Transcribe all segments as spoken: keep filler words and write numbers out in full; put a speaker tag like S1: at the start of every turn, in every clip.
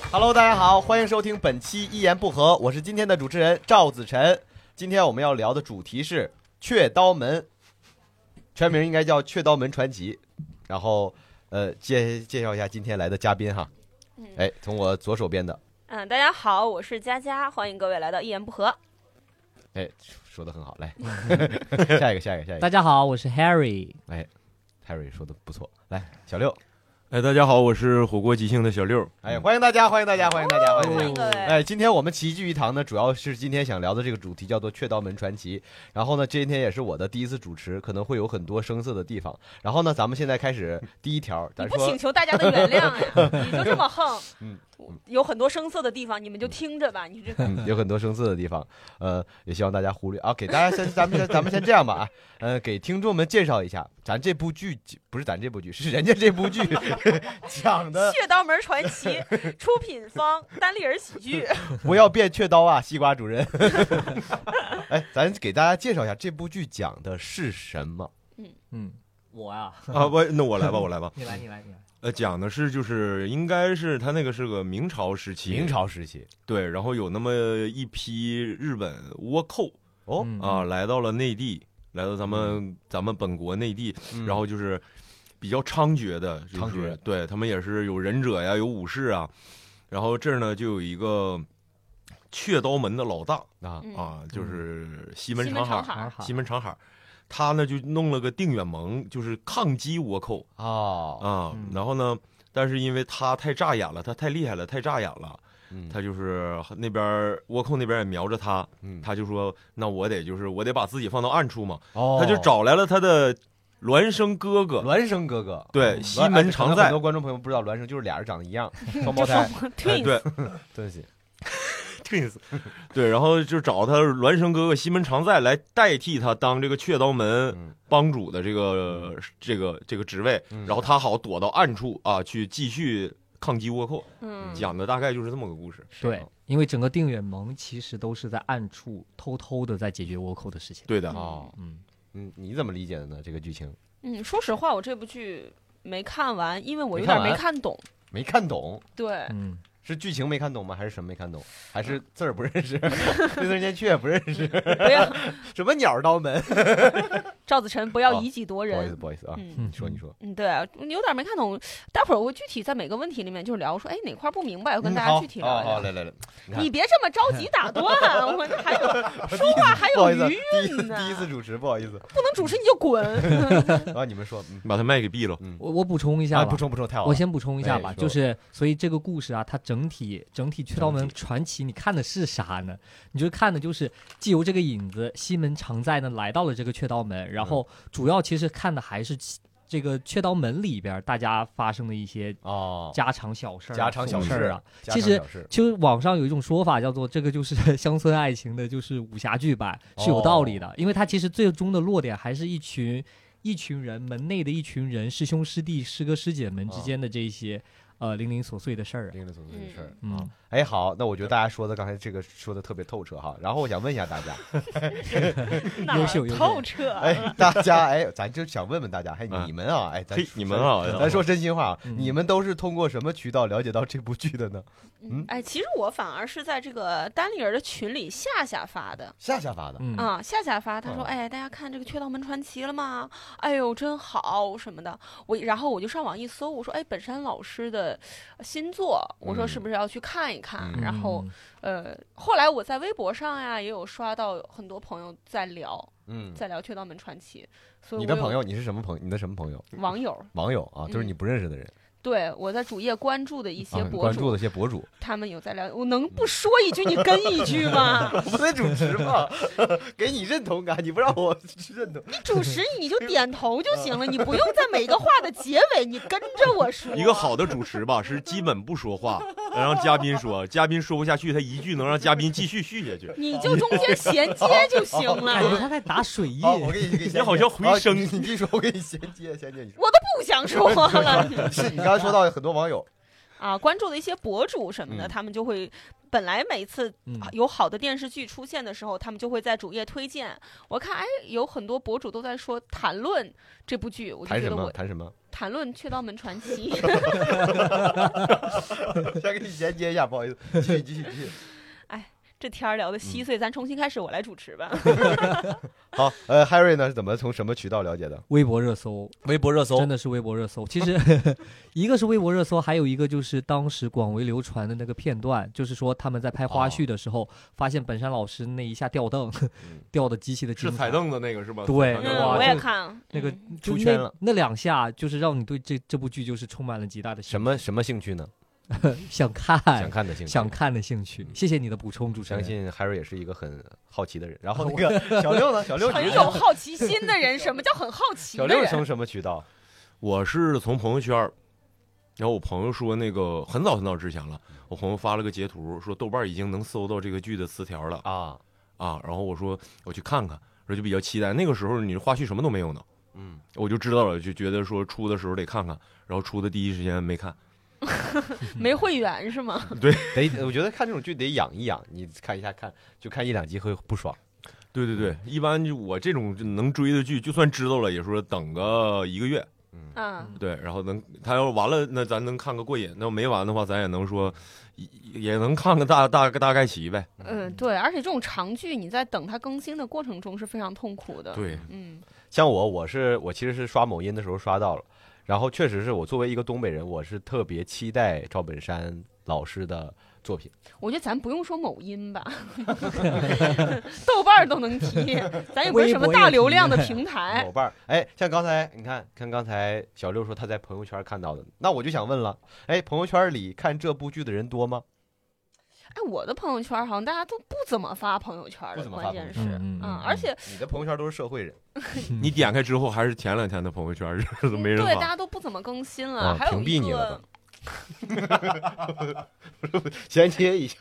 S1: Hello， 大家好，欢迎收听本期一言不合，我是今天的主持人赵子晨。今天我们要聊的主题是雀刀门，全名应该叫雀刀门传奇。然后，呃，介介绍一下今天来的嘉宾哈。哎，从我左手边的。
S2: 嗯，大家好，我是佳佳，欢迎各位来到一言不合。
S1: 哎，说的很好，来，下一个，下一个，下一个。
S3: 大家好，我是 Harry。
S1: 哎 ，Harry 说的不错，来，小六。
S4: 哎，大家好，我是火锅即兴的小六。
S1: 哎，欢迎大家，欢迎大家，欢迎大家，
S2: 欢迎各位。
S1: 哎，今天我们齐聚一堂呢，主要是今天想聊的这个主题叫做《雀刀门传奇》。然后呢，今天也是我的第一次主持，可能会有很多生涩的地方。然后呢，咱们现在开始第一条，咱说
S2: 你不请求大家的原谅呀，你就这么横。嗯。有很多生涩的地方，你们就听着吧。你这、
S1: 嗯、有很多生涩的地方，呃，也希望大家忽略啊。给大家先，咱们先，咱们先这样吧啊，呃，给听众们介绍一下，咱这部剧不是咱这部剧，是人家这部剧讲的
S2: 《雀刀门传奇》，出品方单立人喜剧。
S1: 不要变雀刀啊，西瓜主任。哎，咱给大家介绍一下这部剧讲的是什么？
S3: 嗯嗯，我呀
S4: 啊，我那我来吧，我来吧。
S3: 你来，你来，你来。
S4: 呃，讲的是就是应该是他那个是个明朝时期，
S1: 明朝时期
S4: 对，然后有那么一批日本倭寇
S1: 哦
S4: 啊来到了内地，来到咱们、嗯、咱们本国内地、嗯，然后就是比较猖獗的，就是、
S1: 猖獗，
S4: 对他们也是有忍者呀，有武士啊，然后这儿呢就有一个雀刀门的老大啊、嗯、啊，就是西门长海，西门长海。他呢就弄了个定远盟，就是抗击倭寇啊、
S1: 哦、
S4: 啊、嗯，然后呢，但是因为他太扎眼了，他太厉害了，太扎眼了，嗯，他就是那边倭寇那边也瞄着他，嗯，他就说，那我得就是我得把自己放到暗处嘛，哦，他就找来了他的孪生哥哥，
S1: 孪生哥哥，
S4: 对，
S1: 嗯、
S4: 西门常在，
S1: 很多观众朋友不知道孪生就是俩人长得一样，双胞胎，
S4: 哎、对，
S1: 对不起。
S4: Twins， 对，然后就找他孪生哥哥西门常在来代替他当这个雀刀门帮主的这个、嗯、这个这个职位、嗯，然后他好躲到暗处啊，去继续抗击倭寇。嗯，讲的大概就是这么个故事。
S3: 对，因为整个定远盟其实都是在暗处偷偷的在解决倭寇的事情。
S4: 对的
S1: 啊、哦，嗯嗯，你怎么理解的呢？这个剧情？
S2: 嗯，说实话，我这部剧没看完，因为我有点没看懂。
S1: 没看懂？
S2: 对，
S3: 嗯。
S1: 是剧情没看懂吗？还是什么没看懂？还是字儿不认识？对字念雀不认识？
S2: 不要
S1: 什么鸟刀门？
S2: 赵子晨，不要以己夺人。
S1: 哦、不好意思，不好意思啊。嗯，你说，你说。
S2: 嗯，对啊，你有点没看懂。待会儿我会具体在每个问题里面就聊说，哎，哪块不明白，我跟大家具体聊聊。
S1: 嗯、好, 好，来来来，
S2: 你别这么着急打断，我还有说话还有余韵呢。
S1: 第一次主持，不好意思。
S2: 不能主持你就滚。
S1: 啊，你们说，
S4: 嗯、把他麦给闭了。
S3: 嗯，我我补充一下吧。
S1: 啊、补充补充，太好了。
S3: 我先补充一下吧，
S1: 哎、
S3: 就是所以这个故事啊，它整体整体雀刀门传奇，你看的是啥呢？你就看的就是既由这个引子西门常在呢来到了这个雀刀门，然后主要其实看的还是这个雀刀门里边大家发生的一些
S1: 哦
S3: 家常小事、
S1: 家常小事
S3: 啊。其实其实网上有一种说法叫做这个就是乡村爱情的，就是武侠剧版，是有道理的，因为它其实最终的落点还是一群一群人门内的一群人师兄师弟师哥师姐们之间的这些。呃，零零琐碎的事儿，
S1: 零零琐碎的事儿，
S3: 嗯，
S1: 嗯哎，好，那我觉得大家说的刚才这个说的特别透彻哈，然后我想问一下大家，
S3: 优秀优秀，
S2: 透彻，
S1: 哎，大家，哎，咱就想问问大家，哎，你们啊，哎，咱
S4: 你们啊，
S1: 咱说真心话，
S3: 嗯、
S1: 你们都是通过什么渠道了解到这部剧的呢？
S2: 嗯，哎，其实我反而是在这个单立人的群里夏夏发的，
S1: 夏夏发的，
S3: 嗯、
S2: 啊，夏夏发，他说，哎，大家看这个《雀刀门传奇》了吗？哎呦，真好什么的，我然后我就上网一搜，我说，哎，本山老师的新作，我说是不是要去看一看？
S1: 嗯、
S2: 然后，呃，后来我在微博上呀，也有刷到很多朋友在聊，
S1: 嗯，
S2: 在聊《雀刀门传奇》。所以
S1: 你的朋友，你是什么朋友？你的什么朋友？
S2: 网友。
S1: 网友啊，就是你不认识的人。
S2: 嗯对，我在主页关注的一些博主，
S1: 啊、关注的一些博主，
S2: 他们有在聊。我能不说一句，你跟一句吗？
S1: 我不得主持吗？给你认同感，你不让我认同。
S2: 你主持你就点头就行了，你不用在每个话的结尾你跟着我说。
S4: 一个好的主持吧，是基本不说话，让嘉宾说，嘉宾说不下去，他一句能让嘉宾继续续下去。
S2: 你就中间衔接就行了。
S3: 感觉他在打水印。
S1: 哦、我给你，
S4: 你好像回声。
S1: 你继续说，我给你衔接，衔接。
S2: 我都不想说了。
S1: 是你刚才说到很多网友。
S2: 啊，关注的一些博主什么的，
S1: 嗯、
S2: 他们就会本来每次
S3: 嗯
S2: 有好的电视剧出现的时候，他们就会在主页推荐。我看哎，有很多博主都在说谈论这部剧，我就
S1: 谈什么？
S2: 觉得我
S1: 谈什么？
S2: 谈论《雀刀门传奇》。
S1: 先给你衔接一下，不好意思，继续继续继续。
S2: 这天儿聊的稀碎，咱重新开始，我来主持吧。
S1: 好，呃，Harry 呢是怎么从什么渠道了解的？
S3: 微博热搜，
S1: 微博热搜，
S3: 真的是微博热搜。其实一个是微博热搜，还有一个就是当时广为流传的那个片段，就是说他们在拍花絮的时候，发现本山老师那一下吊凳，吊的极其的精彩。
S4: 是踩凳子那个是吧？
S3: 对，
S2: 嗯，
S3: 哇，
S2: 我也
S3: 就
S2: 看了
S3: 那个
S2: 嗯
S3: 就
S1: 出圈了
S3: 那那两下，就是让你对这这部剧就是充满了极大的兴趣
S1: 什么什么兴趣呢？
S3: 想看
S1: 想看的兴趣，
S3: 想看的兴趣。谢谢你的补充，主持人。
S1: 相信 Harry 也是一个很好奇的人。然后那个小六呢？小六
S2: 很有好奇心的人，什么叫很好奇的人？
S1: 小六从什么渠道？
S4: 我是从朋友圈，然后我朋友说那个很早很早之前了，我朋友发了个截图，说豆瓣已经能搜到这个剧的词条了
S1: 啊
S4: 啊，然后我说我去看看，然后就比较期待。那个时候你花絮什么都没有呢，
S1: 嗯，
S4: 我就知道了，就觉得说出的时候得看看，然后出的第一时间没看。
S2: 没会员是吗？
S4: 对，
S1: 得我觉得看这种剧得养一养，你看一下看就看一两集会不爽。
S4: 对对对，一般就我这种能追的剧，就算知道了，也说等个一个月。
S2: 嗯，
S4: 对，然后能他要完了，那咱能看个过瘾；那没完的话，咱也能说，也也能看个大大大概齐呗。
S2: 嗯，对，而且这种长剧，你在等它更新的过程中是非常痛苦的。
S4: 对，
S2: 嗯，
S1: 像我，我是我其实是刷某音的时候刷到了，然后确实是我作为一个东北人，我是特别期待赵本山老师的作品。
S2: 我觉得咱不用说某音吧，豆瓣都能提，咱也不是什么大流量的平台。
S1: 某瓣儿，哎，像刚才你看，看刚才小六说他在朋友圈看到的，那我就想问了，哎，朋友圈里看这部剧的人多吗？
S2: 哎，我的朋友圈好像大家都不怎么发朋友圈的，
S1: 不怎么发
S2: 关键是，
S3: 朋友圈嗯嗯
S2: 嗯，而且
S1: 你的朋友圈都是社会人，
S4: 你点开之后还是前两天的朋友圈，都没人
S2: 对，大
S4: 发。
S2: 家都不怎么更新了。
S1: 啊
S2: 还有一
S1: 屏蔽你了
S2: 个。
S1: 衔接一下。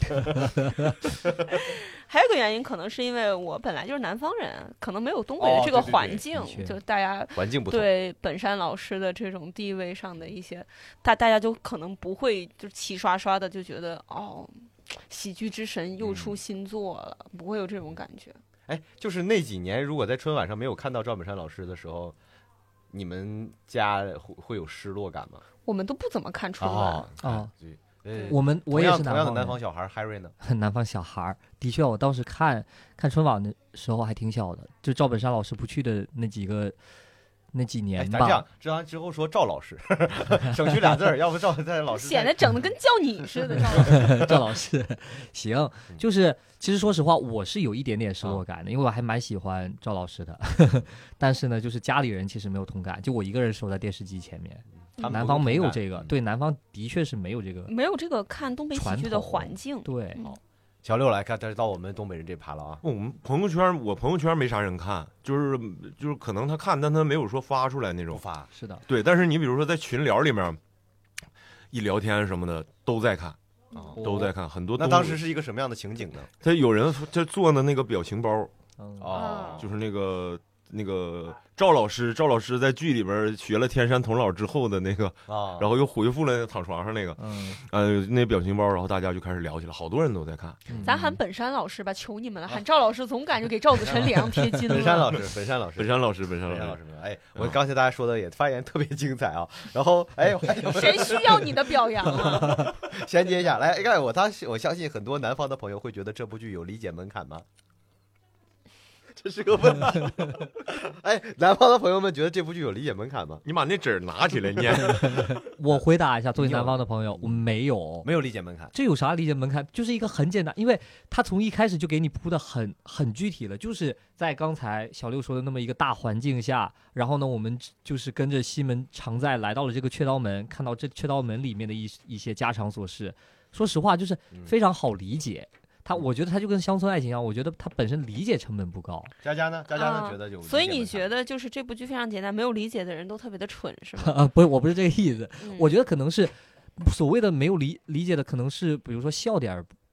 S2: 还有一个原因，可能是因为我本来就是南方人，可能没有东北的这个
S1: 哦对对对
S2: 环境，
S3: 的确
S2: 就大家
S1: 环境不同，
S2: 对本山老师的这种地位上的一些，大大家就可能不会就齐刷刷的就觉得哦，喜剧之神又出新作了，不会有这种感觉。
S1: 哎，就是那几年，如果在春晚上没有看到赵本山老师的时候，你们家会会有失落感吗？
S2: 我们都不怎么看春晚。
S1: 哦
S3: 啊，
S1: 对，呃，
S3: 我们我也是
S1: 同样同样的
S3: 南方
S1: 南方小孩 Harry 呢？
S3: 人南方小孩儿，的确，我当时看看春晚的时候还挺小的，就赵本山老师不去的那几个那几
S1: 哎，
S3: 年
S1: 咱这样
S3: 吧。，
S1: 这样之后说赵老师，省去俩字儿，要不赵在老师
S2: 显得整的跟叫你似的，赵老师。
S3: 赵老师，行，
S1: 嗯
S3: 就是其实说实话，我是有一点点失
S1: 啊
S3: 落感的，因为我还蛮喜欢赵老师的，但是呢，就是家里人其实没有同感，就我一个人守在电视机前面。
S1: 他们
S3: 南方没有这个，
S1: 嗯
S3: 对，南方的确是没有这个，
S2: 没有这个看东北喜剧的
S3: 传统
S2: 环境。
S3: 对，
S2: 嗯
S1: 小六来看，但是到我们东北人这趴了啊。
S4: 我们朋友圈，我朋友圈没啥人看，就是就是可能他看，但他没有说发出来那种。
S1: 不发，
S3: 是的，
S4: 对，但是你比如说在群聊里面，一聊天什么的都在看，
S1: 啊
S4: 都在看，很多都。
S1: 那当时是一个什么样的情景呢？
S4: 他有人就做的那个表情包，
S3: 嗯，
S1: 哦，
S4: 就是那个那个赵老师，赵老师在剧里边学了天山童姥之后的那个，
S1: 啊，
S4: 然后又回复了躺床上那个，
S3: 嗯，
S4: 呃，那表情包，然后大家就开始聊起来，好多人都在看。
S3: 嗯
S2: 咱喊本山老师吧，求你们了，喊赵老师总感觉给赵子晨脸上贴金了。
S1: 本山老师，本山老师，
S4: 本山老师，本山老师，
S1: 本山老师，哎，我刚才大家说的也发言特别精彩啊。然后，哎，我还有
S2: 谁需要你的表扬啊？
S1: 衔接一下，来，看我当我相信很多南方的朋友会觉得这部剧有理解门槛吗？这是个问题。哎，南方的朋友们觉得这部剧有理解门槛吗？
S4: 你把那纸拿起来念。
S3: 我回答一下，作为
S1: 你有
S3: 南方的朋友，我没有，
S1: 没有理解门槛。
S3: 这有啥理解门槛？就是一个很简单，因为他从一开始就给你铺的很很具体了，就是在刚才小六说的那么一个大环境下，然后呢，我们就是跟着西门常在来到了这个雀刀门，看到这雀刀门里面的一一些家常琐事。说实话，就是非常好理解。他我觉得他就跟乡村爱情一样，我觉得他本身理解成本不高。
S1: 佳佳呢？佳佳呢？
S2: 啊
S1: 觉得有理解门槛？
S2: 所以你觉得就是这部剧非常简单，没有理解的人都特别的蠢，是吗？
S3: 啊，不是，我不是这个意思。
S2: 嗯
S3: 我觉得可能是所谓的没有理理解的，可能是比如说笑点儿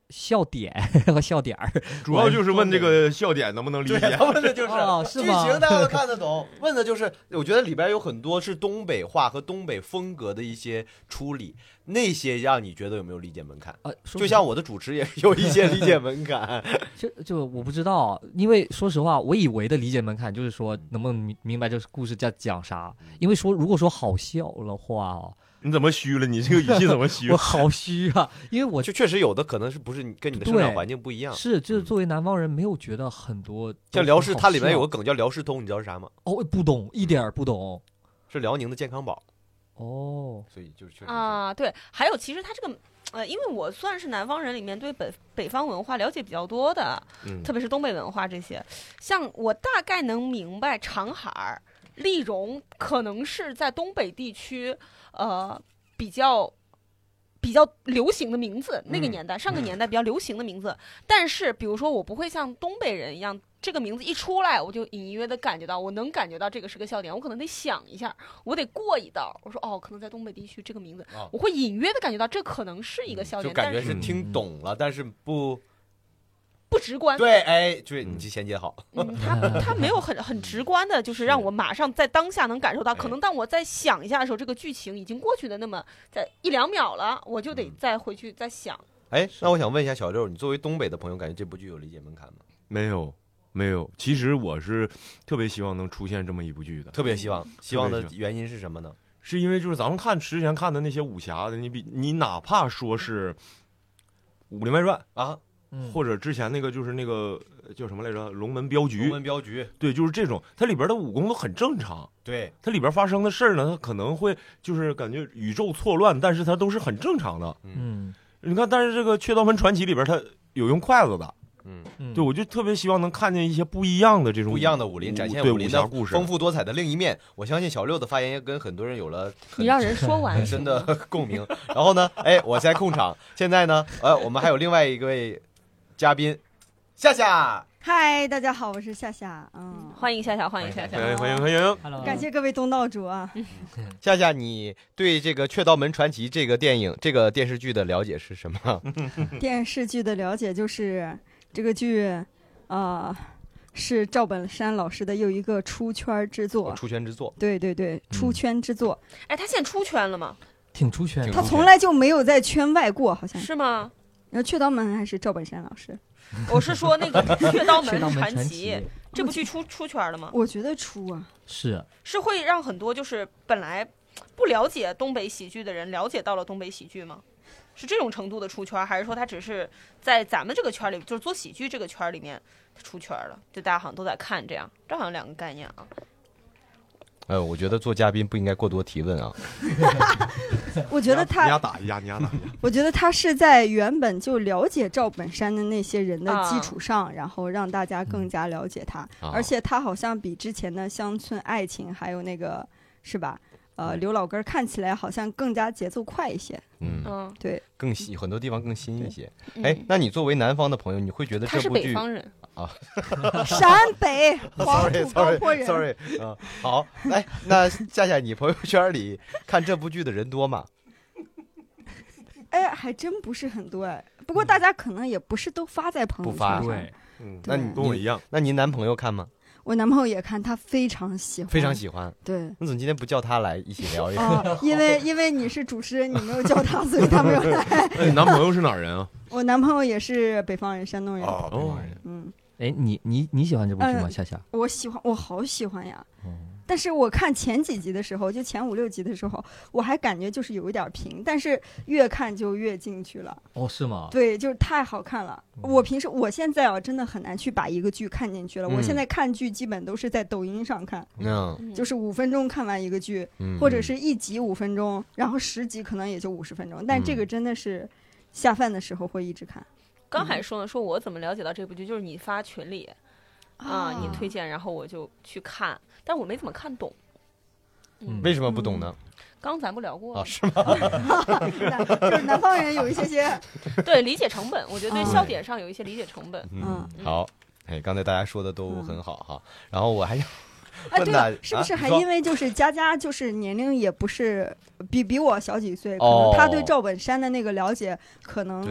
S3: 笑点和笑点儿，
S4: 主要就是问这个笑点能不能理解。
S1: 他问的就是、
S3: 哦、是
S1: 剧
S3: 吗
S1: 情大家都看得懂，问的就是我觉得里边有很多是东北话和东北风格的一些处理，那些让你觉得有没有理解门槛？
S3: 呃，
S1: 就像我的主持也是有一些理解门槛。
S3: 就就我不知道，因为说实话，我以为的理解门槛就是说能不能明明白这个故事在讲啥。因为说如果说好笑的话哦，
S4: 你怎么虚了？你这个语气怎么虚？
S3: 我好虚啊，因为我
S1: 就确实有的可能是不是你跟你的生长环境不一样。
S3: 是，就是作为南方人，没有觉得很多
S1: 像辽视，它里面有个梗叫辽视通，你知道是啥吗？
S3: 哦，不懂，一点儿不懂。
S1: 是辽宁的健康宝。
S3: 哦，
S1: 所以就是确实
S2: 啊，对，还有其实他这个。呃，因为我算是南方人里面对北北方文化了解比较多的，
S1: 嗯、
S2: 特别是东北文化这些，像我大概能明白长海儿、丽蓉可能是在东北地区，呃，比较比较流行的名字，那个年代、嗯、上个年代比较流行的名字。但是，比如说我不会像东北人一样，这个名字一出来，我就隐约的感觉到，我能感觉到这个是个笑点，我可能得想一下，我得过一道。我说哦，可能在东北地区这个名字，哦、我会隐约的感觉到这可能是一个笑点，
S1: 就感觉是听懂了，但是不
S2: 不直观。
S1: 对，哎，对，你这衔接好。
S2: 嗯，他他没有很很直观的，就是让我马上在当下能感受到。可能当我再想一下的时候，这个剧情已经过去的那么在一两秒了，我就得再回去再想。
S1: 哎，那我想问一下小六，你作为东北的朋友，感觉这部剧有理解门槛吗？
S4: 没有。没有，其实我是特别希望能出现这么一部剧的，
S1: 特别希望。希望的原因是什么呢？
S4: 是因为就是咱们看之前看的那些武侠的，你比你哪怕说是《武林外传》
S1: 啊，
S3: 嗯、
S4: 或者之前那个就是那个叫什么来着，《龙门镖局》。
S1: 龙门镖局，
S4: 对，就是这种，它里边的武功都很正常。
S1: 对，
S4: 它里边发生的事儿呢，它可能会就是感觉宇宙错乱，但是它都是很正常的。
S3: 嗯，
S4: 你看，但是这个《雀刀门传奇》里边，它有用筷子的。
S1: 嗯，
S4: 对，我就特别希望能看见一些不一样的这种
S1: 不一样的武林，展现武林的丰富多彩的另一面。我相信小六的发言也跟很多人有了
S2: 你让人说完
S1: 很深的共鸣。然后呢，哎，我在控场。现在呢，呃，我们还有另外一位嘉宾，夏夏。
S5: 嗨，大家好，我是夏夏。嗯，
S2: 欢迎夏夏，欢迎夏夏，
S4: 欢迎欢迎欢迎。
S3: Hello，
S5: 感谢各位东道主啊。
S1: 夏夏，你对这个《雀刀门传奇》这个电影、这个电视剧的了解是什么？
S5: 电视剧的了解就是这个剧。呃，是赵本山老师的又一个出圈之作。
S1: 哦、出圈之作，
S5: 对对对，出圈之作。
S2: 嗯、哎，他现在出圈了吗？
S3: 挺出圈的，
S5: 他从来就没有在圈外过，好像
S2: 是吗？
S5: 然后《雀刀门》还是赵本山老师？
S2: 我是说那个《雀刀门
S3: 传
S2: 传奇》这部剧出出圈了吗？
S5: 我觉得出啊，
S3: 是
S2: 是会让很多就是本来不了解东北喜剧的人了解到了东北喜剧吗？是这种程度的出圈，还是说他只是在咱们这个圈里，就是做喜剧这个圈里面出圈了？就大家好像都在看这样，这好像两个概念啊。
S1: 呃，我觉得做嘉宾不应该过多提问啊。
S5: 我觉得他，
S4: 你俩打一架，你俩打一架。
S5: 我觉得他是在原本就了解赵本山的那些人的基础上，啊、然后让大家更加了解他，
S1: 啊、
S5: 而且他好像比之前的乡村爱情还有那个是吧？呃，刘老根看起来好像更加节奏快一些。
S1: 嗯，
S5: 对，
S1: 更新很多地方更新一些。哎，那你作为南方的朋友，你会觉得这部剧？
S2: 他是北方人
S1: 啊，
S5: 陕北黄土高坡人。
S1: sorry， 嗯，好，来，那夏夏，你朋友圈里看这部剧的人多吗？
S5: 哎，还真不是很多哎。不过大家可能也不是都发在朋友圈上。
S3: 对，
S4: 嗯，那你跟我一样。
S1: 那您男朋友看吗？
S5: 我男朋友也看，他非常喜欢，
S1: 非常喜欢。
S5: 对，
S1: 那怎么今天不叫他来一起聊一聊？
S5: 哦、因为因为你是主持人，你没有叫他，所以他没有来。
S4: 那你男朋友是哪儿人啊？
S5: 我男朋友也是北方人，山东人。
S1: 哦，北方人。
S5: 嗯，
S3: 哎，你你你喜欢这部剧吗？夏夏？
S5: 我喜欢，我好喜欢呀。
S3: 哦。
S5: 但是我看前几集的时候，就前五六集的时候，我还感觉就是有一点平，但是越看就越进去了。
S3: 哦，是吗？
S5: 对，就是太好看了。嗯、我平时我现在啊，真的很难去把一个剧看进去了。嗯、我现在看剧基本都是在抖音上看，
S1: 嗯，
S5: 就是五分钟看完一个剧，嗯、或者是一集五分钟，然后十集可能也就五十分钟。但这个真的是下饭的时候会一直看。
S2: 刚还说呢，说我怎么了解到这部剧，就是你发群里。啊，你推荐，然后我就去看，但我没怎么看懂。
S1: 嗯，为什么不懂呢？
S2: 刚咱不聊过
S1: 啊？是吗？
S5: 就是南方人有一些些
S2: 对理解成本，我觉得对笑点上有一些理解成本。
S1: 嗯，好，哎，刚才大家说的都很好哈。然后我还想
S5: 哎，对
S1: 了，
S5: 是不是还因为就是佳佳就是年龄也不是比比我小几岁，可能他对赵本山的那个了解可能
S1: 对。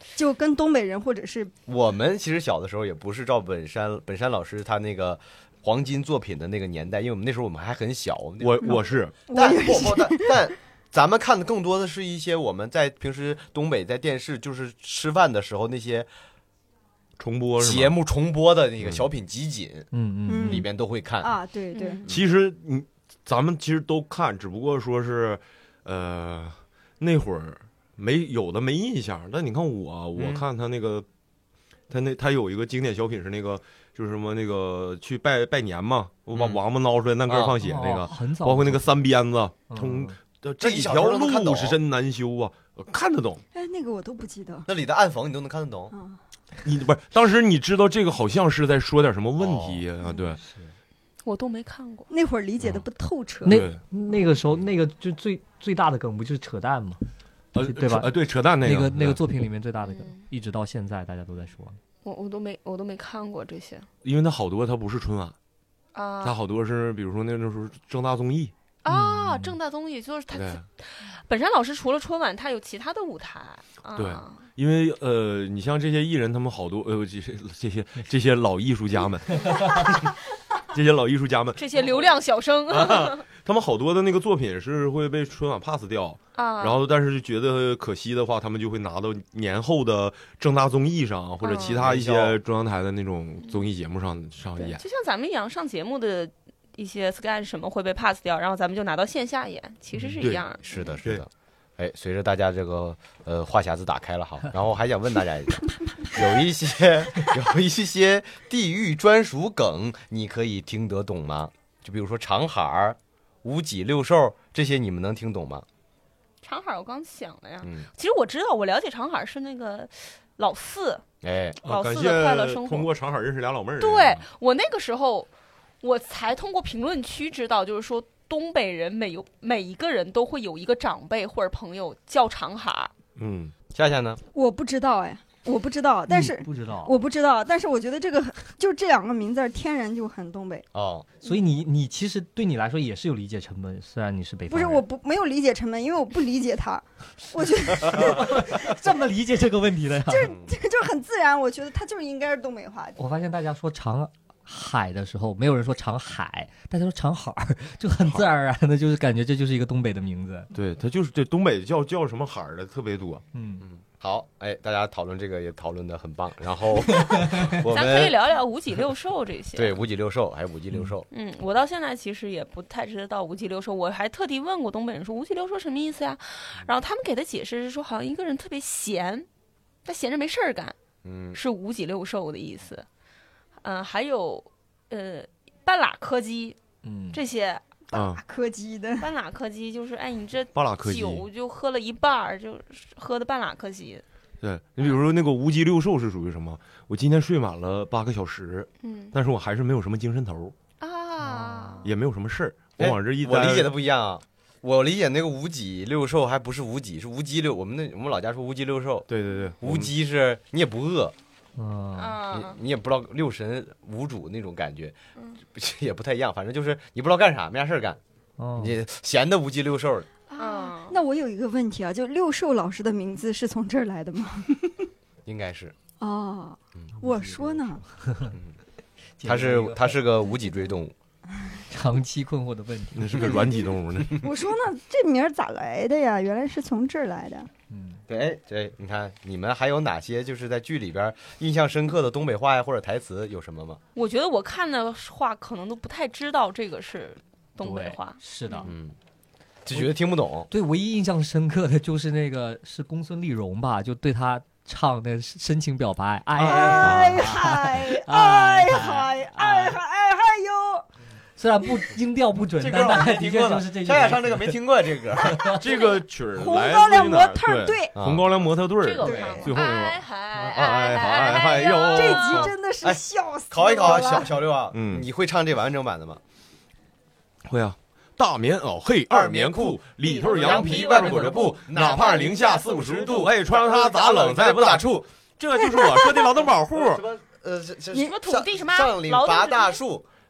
S5: 就跟东北人或者是
S1: 我们其实小的时候也不是照本山本山老师他那个黄金作品的那个年代，因为我们那时候我们还很小。
S4: 我我是，
S1: 但不不但但咱们看的更多的是一些我们在平时东北在电视就是吃饭的时候那些
S4: 重播
S1: 节目重播的那个小品集锦，
S3: 嗯嗯，
S1: 里面都会看
S5: 啊，对对。
S4: 其实你咱们其实都看，只不过说是，呃，那会儿没有的没印象。但你看我，我看他那个，嗯、他那他有一个经典小品是那个，就是什么那个去拜拜年嘛，我把王八挠出来，那根放血那个，
S3: 哦、很早，
S4: 包括那个三鞭子，
S3: 嗯、
S4: 从这一条路是真难修啊，看得懂。
S5: 哎，那个我都不记得。
S1: 那里的暗讽你都能看得懂。
S5: 嗯
S4: 你不是当时你知道这个好像是在说点什么问题啊？
S1: 哦、
S4: 对，
S2: 我都没看过，
S5: 那会儿理解的不透彻。
S3: 那那个时候那个就最最大的梗不就是扯淡吗？
S4: 呃，
S3: 对吧？
S4: 呃，对，扯淡那
S3: 个那个那个作品里面最大的梗，嗯、一直到现在大家都在说。
S2: 我我都没我都没看过这些，
S4: 因为它好多它不是春晚
S2: 啊，
S4: 它好多是比如说那时候正大综艺
S2: 啊，正大综艺就是他本山老师除了春晚，他有其他的舞台。啊、
S4: 对。因为呃，你像这些艺人，他们好多呃，这些这些这些老艺术家们，这些老艺术家们，
S2: 这些流量小生，
S4: 啊、他们好多的那个作品是会被春晚 pass 掉
S2: 啊。
S4: 然后，但是觉得可惜的话，他们就会拿到年后的正大综艺上，或者其他一些中央台的那种综艺节目上、嗯、上演。
S2: 就像咱们一样，上节目的一些 sketch 什么会被 pass 掉，然后咱们就拿到线下演，其实是一样。
S1: 嗯、是的，是的。哎，随着大家这个呃话匣子打开了哈，然后还想问大家一个，有一些有一些地域专属梗，你可以听得懂吗？就比如说长海儿、五脊六兽这些，你们能听懂吗？
S2: 长海我刚想了呀，
S1: 嗯，
S2: 其实我知道，我了解长海是那个老四，
S1: 哎，
S2: 老四的快乐生活。
S4: 通过长海认识俩老妹儿。
S2: 对，我那个时候，我才通过评论区知道，就是说。东北人每有每一个人都会有一个长辈或者朋友叫长海。
S4: 嗯，
S1: 夏夏呢？
S5: 我不知道哎，我不知道，但是
S3: 不知道，
S5: 我不知道，但是我觉得这个就这两个名字天然就很东北
S1: 哦。
S3: 所以你你其实对你来说也是有理解成本，虽然你是北方人。
S5: 不是，我不没有理解成本，因为我不理解他。我觉得
S3: 这么理解这个问题的呀，
S5: 就是就是很自然，我觉得他就是应该是东北话。
S3: 我发现大家说长海的时候，没有人说长海，大家说长海儿，就很自然而然的，就是感觉这就是一个东北的名字。
S4: 对，他就是这东北叫叫什么海儿的特别多。
S3: 嗯
S1: 嗯，好，哎，大家讨论这个也讨论的很棒。然后我们
S2: 咱可以聊聊五脊六兽这些。
S1: 对，五脊六兽还有五脊六兽。
S2: 嗯，我到现在其实也不太知道五脊六兽，我还特地问过东北人说五脊六兽什么意思呀？然后他们给的解释是说，好像一个人特别闲，他闲着没事儿干，
S1: 嗯，
S2: 是五脊六兽的意思。嗯、呃，还有呃半拉柯基，
S3: 嗯，
S2: 这些
S5: 半拉柯基的
S2: 半拉柯基就是哎，你这
S4: 半拉柯基
S2: 酒就喝了一半，就喝的半拉柯基。
S4: 对，你比如说那个无脊六兽是属于什么？我今天睡满了八个小时，
S2: 嗯，
S4: 但是我还是没有什么精神头
S2: 啊，
S4: 也没有什么事儿，我往这一待，
S1: 我理解的不一样啊。我理解那个无脊六兽还不是无脊，是无鸡六。我们那我们老家说无鸡六兽。
S4: 对对对，
S1: 无鸡是你也不饿。
S3: 啊，
S1: 你你也不知道六神无主那种感觉，嗯、也不太一样。反正就是你不知道干啥，没啥事儿干，
S3: 哦、
S1: 你闲的无鸡六兽
S5: 啊。那我有一个问题啊，就六兽老师的名字是从这儿来的吗？
S1: 应该是。
S5: 哦，嗯、我说呢，
S1: 嗯、他是他是个无脊椎动物。
S3: 长期困惑的问题，
S4: 那是个软体动物呢。
S5: 我说呢，这名儿咋来的呀？原来是从这儿来的。
S3: 嗯，
S1: 对，这你看，你们还有哪些就是在剧里边印象深刻的东北话呀或者台词有什么吗？
S2: 我觉得我看的话可能都不太知道这个是东北话。
S3: 是的，
S1: 嗯，就觉得听不懂。
S3: 对，唯一印象深刻的就是那个是公孙丽蓉吧，就对他唱的深情表白，
S5: 哎嗨哎嗨哎嗨哎嗨哟。
S3: 虽然不音调不准，但大概的确就是这句。
S1: 夏夏唱这个没听过这歌，
S4: 这个曲儿
S5: 红高粱模特队，
S4: 红高粱模特队，
S2: 这个
S4: 最后那个
S2: 哎嗨
S4: 哎嗨哎哟，
S5: 这集真的是笑死
S1: 考一考小小六啊，
S4: 嗯，
S1: 你会唱这完整版的吗？
S4: 会啊。大棉袄嘿二棉裤，里头羊皮外面裹着布，哪怕零下四五十度，哎，穿上它咋冷咱也不咋怵。这就是我说的劳动保护。
S1: 什么呃什
S2: 么土地什么
S1: 上岭拔大树。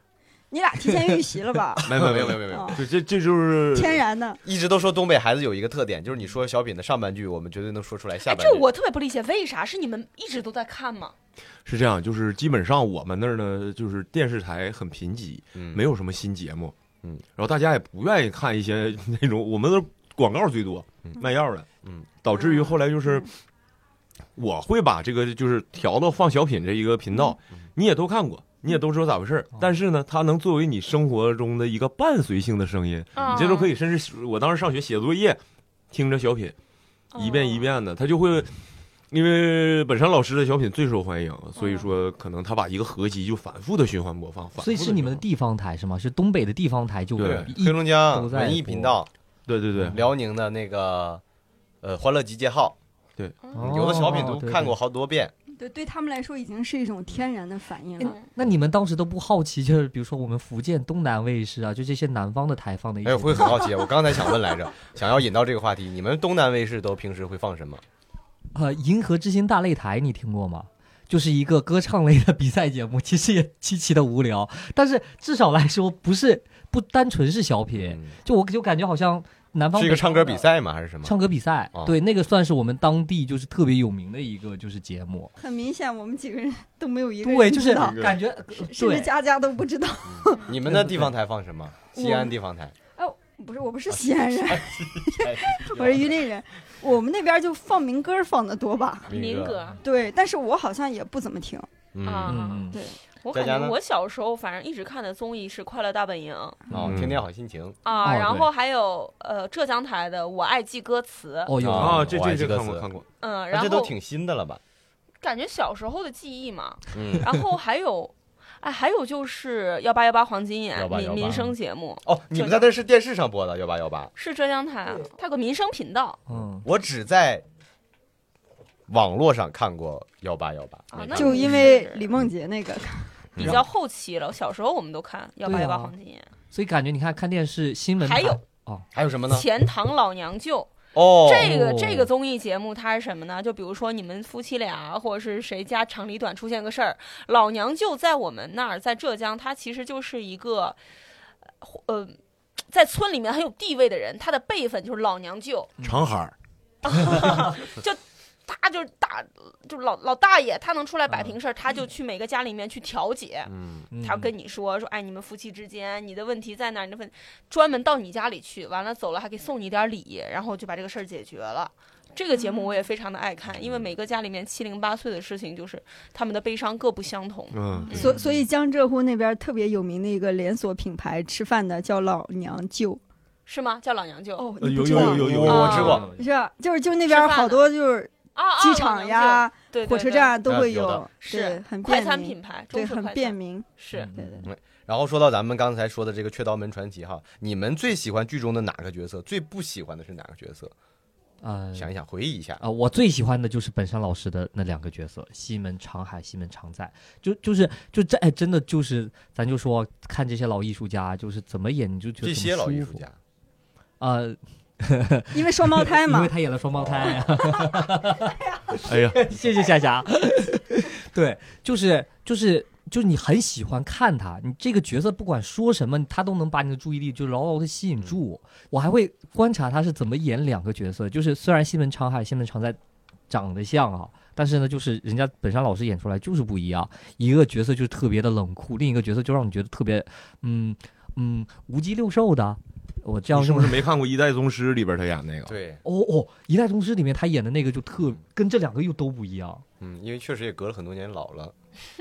S5: 你俩提前预习了吧？
S4: 没有没有
S1: 没有没有没有，
S4: 对，这这就是
S5: 天然的。
S1: 一直都说东北孩子有一个特点，就是你说小品的上半句，我们绝对能说出来下
S2: 哎，
S1: 半句。
S2: 这我特别不理解，为啥？是你们一直都在看吗？
S4: 是这样，就是基本上我们那儿呢，就是电视台很贫瘠，
S1: 嗯
S4: 没有什么新节目，
S1: 嗯，
S4: 然后大家也不愿意看一些那种，我们的广告最多，
S1: 嗯
S4: 卖药的，
S1: 嗯，
S4: 导致于后来就是。我会把这个就是调到放小品这一个频道，你也都看过，你也都知道咋回事。但是呢，它能作为你生活中的一个伴随性的声音，你这时候可以甚至我当时上学写作业，听着小品，一遍一遍的，他就会。因为本山老师的小品最受欢迎，所以说可能他把一个合集就反复的循环播放。
S3: 所以是你们的地方台是吗？是东北的地方台就
S1: 对，黑龙江文艺频道，
S4: 对对对，
S1: 辽宁的那个呃欢乐集结号。
S4: 对，
S1: 有的小品都看过好多遍。
S5: 对，对他们来说已经是一种天然的反应了。
S3: 那你们当时都不好奇，就是比如说我们福建东南卫视啊，就这些南方的台放的一些，
S1: 哎，我会很好奇。我刚才想问来着，想要引到这个话题，你们东南卫视都平时会放什么？
S3: 呃，银河之星大擂台你听过吗？就是一个歌唱类的比赛节目，其实也极其的无聊，但是至少来说不是不单纯是小品，嗯、就我就感觉好像。南方
S1: 是一个唱歌比赛吗？还是什么？
S3: 唱歌比赛，
S1: 哦、
S3: 对，那个算是我们当地就是特别有名的一个就是节目。
S5: 很明显，我们几个人都没有一个人
S3: 对，就是感觉
S5: 甚至家家都不知道。
S1: 嗯、你们的地方台放什么？西安地方台。
S5: 哦，不是，我不是西安人，我是榆林人。我们那边就放民歌放的多吧？
S2: 民歌。
S5: 对，但是我好像也不怎么听。
S1: 嗯
S2: 啊，
S5: 对。
S2: 我感觉我小时候反正一直看的综艺是《快乐大本营》
S1: 哦，天天好心情
S2: 啊，然后还有呃浙江台的《我爱记歌词》
S3: 哦有
S4: 啊，这这这看过看过，
S2: 嗯，然后
S1: 这都挺新的了吧？
S2: 感觉小时候的记忆嘛，嗯，然后还有，哎，还有就是幺八幺八黄金眼民民生节目
S1: 哦，你们在那是电视上播的幺八幺八？
S2: 是浙江台，它有个民生频道，
S3: 嗯，
S1: 我只在。网络上看过幺八幺八，
S5: 就因为李梦洁那个
S2: 比较后期了。小时候我们都看幺八幺八黄金眼，
S3: 所以感觉你看看电视新闻
S2: 还有
S3: 哦，
S1: 还有什么呢？
S2: 钱塘老娘舅
S1: 哦，
S2: 这个这个综艺节目它是什么呢？就比如说你们夫妻俩或者是谁家长里短出现个事儿，老娘舅在我们那儿在浙江，他其实就是一个呃在村里面很有地位的人，他的辈分就是老娘舅
S4: 长海
S2: 就。他就是大，就是老老大爷，他能出来摆平事儿，嗯、他就去每个家里面去调解。嗯，他要跟你说说，哎，你们夫妻之间，你的问题在哪儿？你的问专门到你家里去，完了走了还给送你点礼，然后就把这个事儿解决了。这个节目我也非常的爱看，因为每个家里面七零八碎的事情，就是他们的悲伤各不相同。
S4: 嗯，
S5: 所所以江浙沪那边特别有名的一个连锁品牌吃饭的叫老娘舅。
S2: 是吗？叫老娘舅？
S5: 哦，
S4: 有有有有有，
S1: 我吃过。
S5: 是啊，就是就那边好多就是。
S2: 啊，
S5: 机场呀，
S2: 对，
S5: 火车站都会
S1: 有，
S2: 是
S5: 很
S2: 快餐品牌，
S5: 对，很便民，
S2: 是，
S5: 对对。
S1: 然后说到咱们刚才说的这个《雀刀门传奇》哈，你们最喜欢剧中的哪个角色？最不喜欢的是哪个角色？
S3: 呃，
S1: 想一想，回忆一下
S3: 啊、呃，我最喜欢的就是本山老师的那两个角色，西门长海、西门常在，就就是就这哎，真的就是咱就说看这些老艺术家，就是怎么演你就觉得
S1: 这些老艺术家，
S3: 呃。
S5: 因为双胞胎嘛，
S3: 因为他演了双胞胎呀、
S4: 啊。哎呀，
S3: 谢谢夏霞。对，就是就是就是你很喜欢看他，你这个角色不管说什么，他都能把你的注意力就牢牢的吸引住。我还会观察他是怎么演两个角色，就是虽然西门长海、西门常在长得像啊，但是呢，就是人家本山老师演出来就是不一样。一个角色就是特别的冷酷，另一个角色就让你觉得特别嗯嗯无鸡六兽的。我这样
S4: 是不是没看过《一代宗师》里边他演那个？
S1: 对，
S3: 哦哦，《一代宗师》里面他演的那个就特跟这两个又都不一样。
S1: 嗯，因为确实也隔了很多年，老了。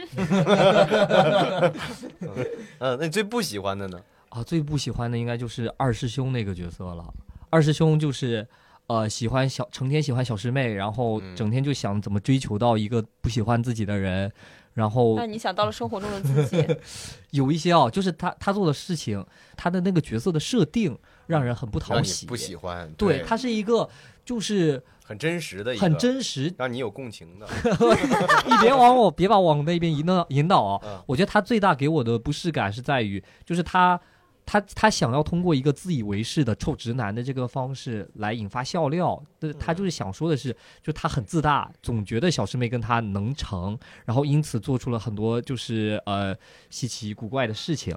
S1: 嗯，那你最不喜欢的呢？
S3: 啊，最不喜欢的应该就是二师兄那个角色了。二师兄就是呃喜欢小，成天喜欢小师妹，然后整天就想怎么追求到一个不喜欢自己的人。然后，
S2: 那你想到了生活中的自己，
S3: 有一些啊、哦，就是他他做的事情，他的那个角色的设定让人很不讨喜，
S1: 不喜欢。
S3: 对，他是一个就是
S1: 很真实的一个，
S3: 很真实，
S1: 让你有共情的。
S3: 你别往我别把我往那边引导引导啊、哦！
S1: 嗯、
S3: 我觉得他最大给我的不适感是在于，就是他。他他想要通过一个自以为是的臭直男的这个方式来引发笑料，他就是想说的是，就他很自大，总觉得小师妹跟他能成，然后因此做出了很多就是呃稀奇古怪的事情。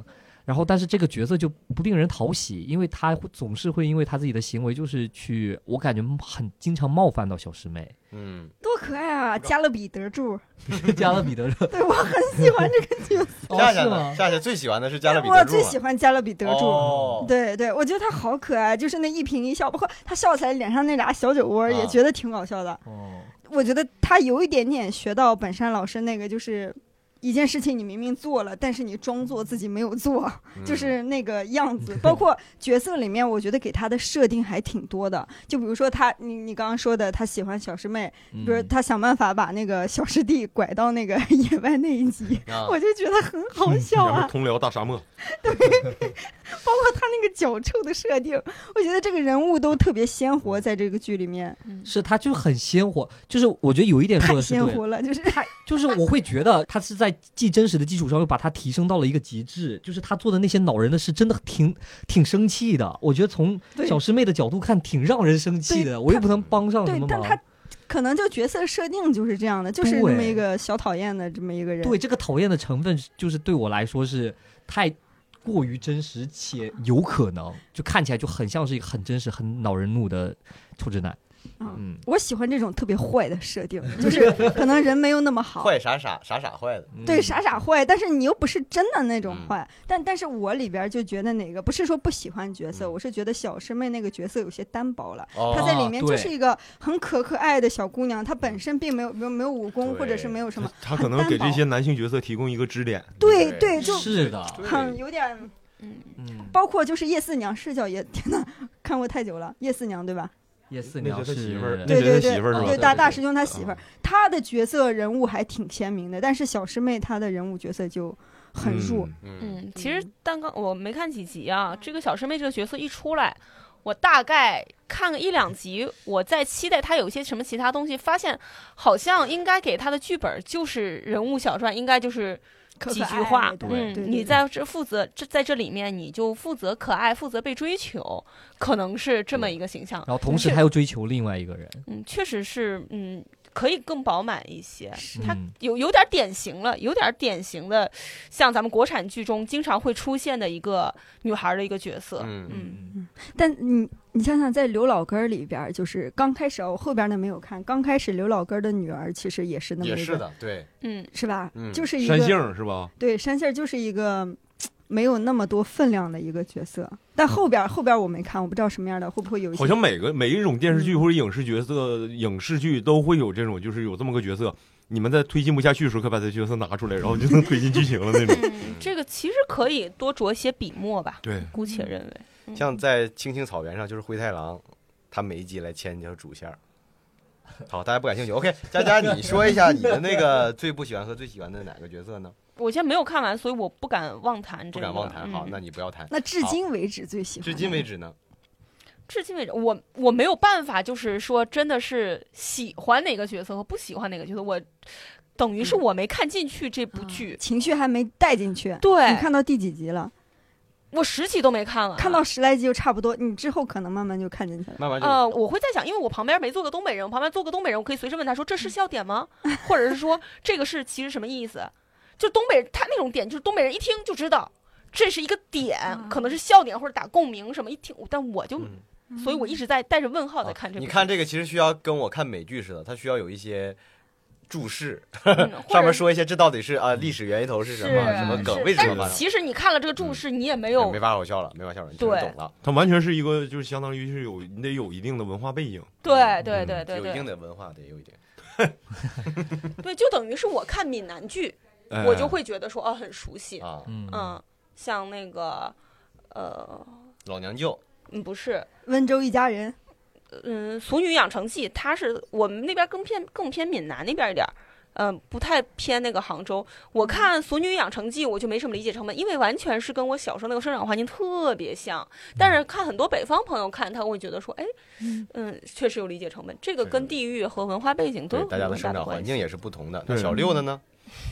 S3: 然后但是这个角色就不令人讨喜，因为他总是会因为他自己的行为就是去，我感觉很经常冒犯到小师妹。
S1: 嗯，
S5: 多可爱啊！加勒比得住，
S3: 加勒比得住，
S5: 对我很喜欢这个角色。
S1: 夏夏呢？
S3: 是吗？
S1: 夏夏最喜欢的是加勒比得住。
S5: 我最喜欢加勒比得住。
S1: 哦、
S5: 对对，我觉得他好可爱，就是那一颦一笑，包括他笑起来脸上那俩小酒窝，
S1: 啊、
S5: 也觉得挺搞笑的。
S3: 哦，
S5: 我觉得他有一点点学到本山老师那个，就是一件事情你明明做了，但是你装作自己没有做，
S1: 嗯、
S5: 就是那个样子。包括角色里面，我觉得给他的设定还挺多的。就比如说他，你你刚刚说的，他喜欢小师妹，比如他想办法把那个小师弟拐到那个野外那一集，
S1: 啊、
S5: 我就觉得很好笑啊。
S4: 通辽大沙漠，
S5: 对，包括他那个脚臭的设定，我觉得这个人物都特别鲜活，在这个剧里面。
S3: 是他就很鲜活，就是我觉得有一点说的是对，
S5: 太鲜活了，就是
S3: 他就是我会觉得他是在既真实的基础上又把它提升到了一个极致，就是他做的那些恼人的事真的挺挺生气的。我觉得从小师妹的角度看挺让人生气的，我又不能帮上什么忙。
S5: 对，但他可能就角色设定就是这样的，就是这么一个小讨厌的这么一个人。
S3: 对，这个讨厌的成分就是对我来说是太过于真实，且有可能就看起来就很像是一个很真实很恼人怒的臭直男。
S5: 嗯，我喜欢这种特别坏的设定，就是可能人没有那么好，
S1: 坏傻傻傻傻坏的，
S5: 对，傻傻坏，但是你又不是真的那种坏。嗯、但但是我里边就觉得哪个不是说不喜欢角色，嗯、我是觉得小师妹那个角色有些单薄了。哦、她在里面就是一个很可可爱的小姑娘，她本身并没有没有没有武功，或者是没有什么，
S4: 她可能给这些男性角色提供一个支点。
S5: 对对，就是
S3: 的，
S5: 很有点，
S2: 嗯
S5: 嗯，包括就是叶四娘视角也，天哪，看过太久了，叶四娘对吧？
S3: 叶四娘是
S4: 媳妇儿，
S5: 对对对，
S4: 媳妇儿是吧？
S5: 对大大师兄他媳妇儿，他的角色人物还挺鲜明的，但是小师妹她的人物角色就很弱。
S2: 嗯，嗯其实刚刚我没看几集啊，这个小师妹这个角色一出来，我大概看个一两集，我在期待她有些什么其他东西，发现好像应该给她的剧本就是人物小传，应该就是几句话，
S5: 可可
S2: 嗯，
S5: 对对
S2: 你在这负责这在这里面，你就负责可爱，负责被追求，可能是这么一个形象。
S3: 然后同时他又追求另外一个人，
S2: 嗯，确实是，嗯，可以更饱满一些。他
S3: 嗯
S2: 有有点典型了，有点典型的，像咱们国产剧中经常会出现的一个女孩的一个角色。
S1: 嗯
S2: 嗯
S5: 嗯，但你你想想，在刘老根儿里边，就是刚开始啊，我后边的没有看，刚开始刘老根儿的女儿其实也是那么一个，
S1: 也是的，对，
S2: 嗯，
S5: 是吧？
S1: 嗯
S5: 就是一个
S4: 山杏是吧？
S5: 对，山杏儿就是一个没有那么多分量的一个角色，但后边后边我没看，我不知道什么样的，会不会有一些？
S4: 好像每个每一种电视剧或者影视角色、影视剧都会有这种，就是有这么个角色，你们在推进不下去的时候，可以把这角色拿出来，然后就能推进剧情了那种。
S2: 嗯，这个其实可以多着一些笔墨吧。
S4: 对，
S2: 姑且认为，嗯、
S1: 像在青青草原上，就是灰太狼，他每一集来牵一条主线。好，大家不感兴趣。OK， 佳佳，你说一下你的那个最不喜欢和最喜欢的哪个角色呢？
S2: 我现在没有看完，所以我不敢妄谈这个。
S1: 不敢妄谈，好，
S2: 嗯、
S1: 那你不要谈。
S5: 那至今为止最喜欢？
S1: 至今为止呢？
S2: 至今为止，我我没有办法，就是说真的是喜欢哪个角色和不喜欢哪个角色，我等于是我没看进去这部剧，
S5: 嗯、情绪还没带进去。
S2: 对，
S5: 你看到第几集了？
S2: 我十集都没看完，
S5: 看到十来集就差不多，你之后可能慢慢就看进去了。
S1: 慢慢就
S2: 呃，我会在想，因为我旁边没坐个东北人，我旁边坐个东北人，我可以随时问他说这是笑点吗？或者是说这个是其实什么意思？就东北他那种点，就是东北人一听就知道这是一个点，嗯、可能是笑点或者打共鸣什么，一听，但我就，嗯、所以我一直在带着问号在看这个、
S1: 啊。你看这个其实需要跟我看美剧似的，它需要有一些。注释、
S2: 嗯、
S1: 上面说一些这到底是啊历史源头是什么什么梗为什么
S2: 但是其实你看了这个注释、嗯、你也没有
S1: 没法好笑了没法笑了你就懂了
S4: 它完全是一个就是相当于是有你得有一定的文化背景
S2: 对对对对、
S1: 嗯、有一定的文化得有一点
S2: 对就等于是我看闽南剧、哎、我就会觉得说哦很熟悉
S1: 啊
S2: 嗯, 嗯像那个呃
S1: 老娘舅
S2: 嗯不是
S5: 温州一家人
S2: 嗯，《俗女养成记》，它是我们那边更偏更偏闽南那边一点，嗯、呃，不太偏那个杭州。我看《俗女养成记》，我就没什么理解成本，因为完全是跟我小时候那个生长环境特别像。但是看很多北方朋友看，他会觉得说，哎，嗯，确实有理解成本。这个跟地域和文化背景都有
S1: 大家的生长环境也是不同的。那小六的呢？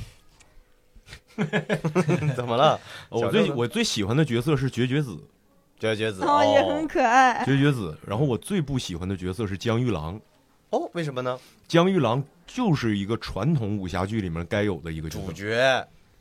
S1: 怎么了？
S4: 我最我最喜欢的角色是绝绝子。
S1: 绝绝子
S5: 哦，也很可爱。
S4: 绝绝子，然后我最不喜欢的角色是江玉郎。
S1: 哦，为什么呢？
S4: 江玉郎就是一个传统武侠剧里面该有的一个角色
S1: 主角，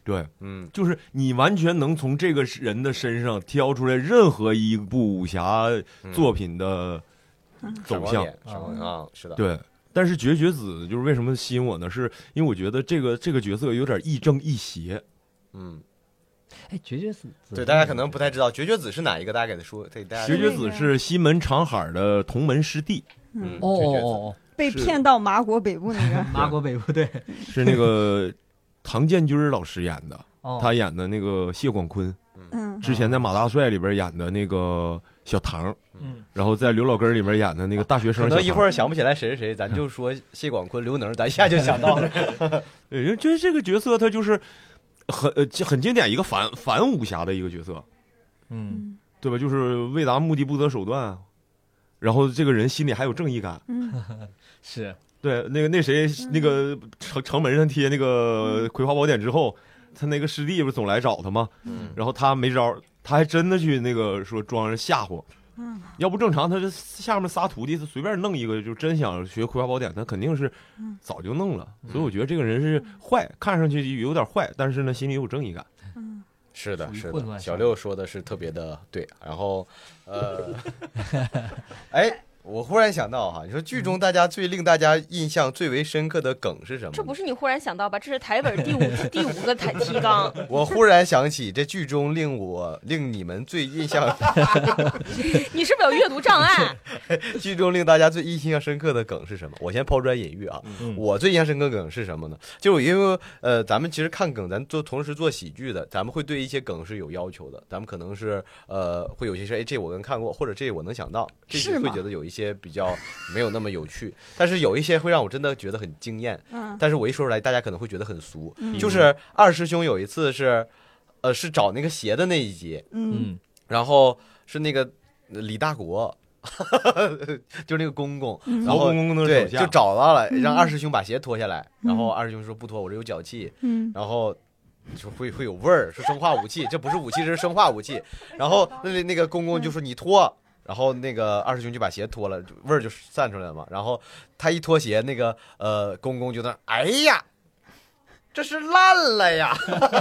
S4: 对，
S1: 嗯，
S4: 就是你完全能从这个人的身上挑出来任何一部武侠作品的走向
S1: 啊，是的，
S4: 对。但是绝绝子就是为什么吸引我呢？是因为我觉得这个这个角色有点亦正亦邪。
S1: 嗯，
S3: 哎，绝绝子，
S1: 对，大家可能不太知道绝绝子是哪一个，大家给他说，对，大家
S4: 绝绝子是西门长海的同门师弟。
S1: 嗯，
S3: 哦哦哦，
S5: 被骗到麻国北部那个。
S3: 麻国北部对，
S4: 是那个唐建军老师演的，
S3: 哦、
S4: 他演的那个谢广坤，
S5: 嗯，
S4: 之前在马大帅里边演的那个小唐，
S3: 嗯，
S4: 然后在刘老根里边演的那个大学生。
S1: 可能一会儿想不起来谁是谁，咱就说谢广坤、刘能，咱一下就想到了。
S4: 对，因为就是这个角色，他就是很呃很经典一个反反武侠的一个角色，
S3: 嗯，
S4: 对吧？就是为达目的不择手段，然后这个人心里还有正义感。
S5: 嗯，
S3: 是
S4: 对，那个那谁，那个城城门上贴那个《葵花宝典》之后，他那个师弟不是总来找他吗？
S1: 嗯，
S4: 然后他没招，他还真的去那个说装着吓唬。
S5: 嗯，
S4: 要不正常，他这下面仨徒弟，他随便弄一个，就真想学《葵花宝典》，他肯定是早就弄了。
S3: 嗯、
S4: 所以我觉得这个人是坏，看上去有点坏，但是呢，心里有正义感。
S5: 嗯，
S1: 是的，是的，小六说的是特别的对。然后，呃，哎。我忽然想到哈，你说剧中大家最令大家印象最为深刻的梗是什么？
S2: 这不是你忽然想到吧？这是台本第五第五个台提纲。
S1: 我忽然想起，这剧中令我令你们最印象，
S2: 你是不是有阅读障碍？
S1: 剧中令大家最印象深刻的梗是什么？我先抛砖引玉啊，嗯、我最印象深刻的梗是什么呢？就是因为呃，咱们其实看梗，咱做同时做喜剧的，咱们会对一些梗是有要求的，咱们可能是呃会有些说，哎，这我跟看过，或者这我能想到，这些会觉得有一些。一些比较没有那么有趣，但是有一些会让我真的觉得很惊艳。嗯，但是我一说出来，大家可能会觉得很俗。嗯，就是二师兄有一次是，呃，是找那个鞋的那一集。
S5: 嗯，
S1: 然后是那个李大国，就是那个公公，
S5: 嗯、
S1: 然后
S4: 公公的
S1: 对就找到了，让二师兄把鞋脱下来。
S5: 嗯、
S1: 然后二师兄说不脱，我这有脚气。
S5: 嗯，
S1: 然后。就会会有味儿，是生化武器，这不是武器，这是生化武器。然后那那个公公就说你脱。然后那个二师兄就把鞋脱了，味儿就散出来了嘛。然后他一脱鞋，那个呃公公就在那，哎呀，这是烂了呀！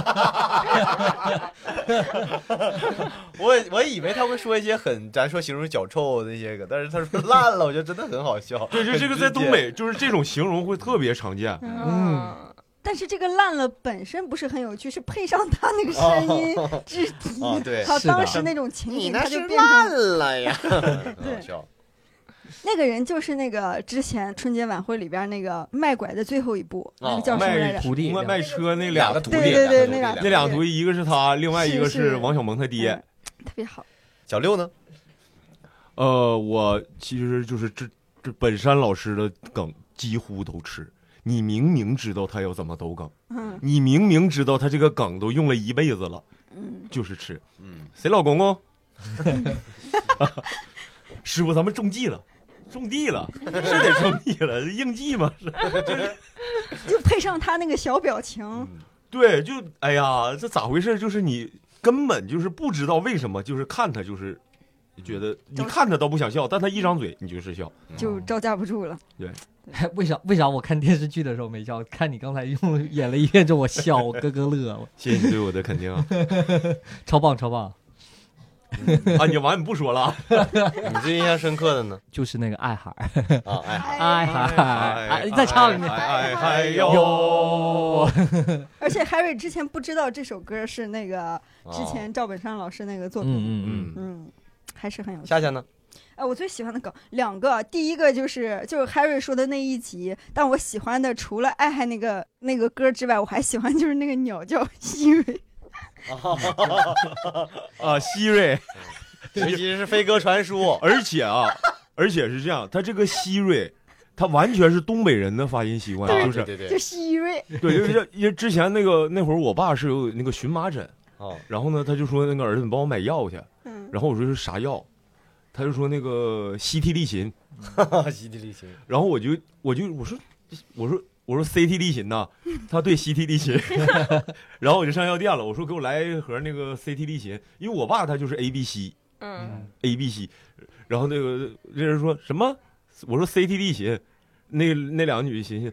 S1: 我我以为他会说一些很，咱说形容脚臭那些个，但是他说烂了，我觉得真的很好笑。
S4: 对，就这个在东北，就是这种形容会特别常见。
S5: 嗯。但是这个烂了本身不是很有趣，是配上他那个声音、肢体，
S1: 哦、对，
S5: 他当时那种情景，他就变成
S1: 烂了呀。
S5: 对，那个人就是那个之前春节晚会里边那个卖拐的最后一部，
S1: 哦、
S5: 那个叫什么来着？
S3: 徒弟
S4: 卖卖车那
S1: 两个徒弟，
S5: 对对对，那俩
S4: 那两个徒弟，一个是他，另外一个
S5: 是
S4: 王小蒙他爹，
S5: 嗯、特别好。
S1: 小六呢？
S4: 呃，我其实就是这这本山老师的梗几乎都吃。你明明知道他要怎么抖梗，
S5: 嗯，
S4: 你明明知道他这个梗都用了一辈子了，
S5: 嗯，
S4: 就是吃，
S1: 嗯，
S4: 谁老公公？师傅，咱们中计了，种地了，是得种地了，应季嘛，是，
S5: 就配上他那个小表情，
S1: 嗯、
S4: 对，就哎呀，这咋回事？就是你根本就是不知道为什么，就是看他就是。你觉得你看他都不想笑，但他一张嘴你就是笑，
S5: 就招架不住了。
S4: 对，
S3: 为啥为啥我看电视剧的时候没笑？看你刚才用演了一遍之后我笑，我咯咯乐。
S4: 谢谢你对我的肯定啊，
S3: 超棒超棒。
S4: 啊，你完你不说了，
S1: 你最印象深刻的呢？
S3: 就是那个爱海
S1: 啊，爱海，
S3: 爱海，哎，再唱一遍，
S4: 爱海哟。
S5: 而且 Harry 之前不知道这首歌是那个之前赵本山老师那个作品，
S3: 嗯
S5: 嗯嗯。还是很有趣。
S1: 夏夏呢？
S5: 哎，我最喜欢的梗两个，第一个就是就是 Harry 说的那一集，但我喜欢的除了爱爱那个那个歌之外，我还喜欢就是那个鸟叫希瑞。
S4: 啊，希瑞，
S1: 尤其是飞鸽传书，
S4: 而且啊，而且是这样，他这个希瑞。他完全是东北人的发音习惯，就是
S1: 对对对，
S5: 就希瑞，
S4: 对，就是因为之前那个那会儿，我爸是有那个荨麻疹，
S1: 哦，
S4: 然后呢，他就说那个儿子，你帮我买药去，
S5: 嗯，
S4: 然后我说是啥药，他就说那个西替利嗪，
S1: 西替利嗪，
S4: 然后我就我就我说我说我说 C T 利嗪呐，他对西替利嗪，然后我就上药店了，我说给我来一盒那个 C T 利嗪，因为我爸他就是 A B C，
S2: 嗯
S4: A B C， 然后那个那人说什么？我说 C T 利嗪，那那两个女的寻思，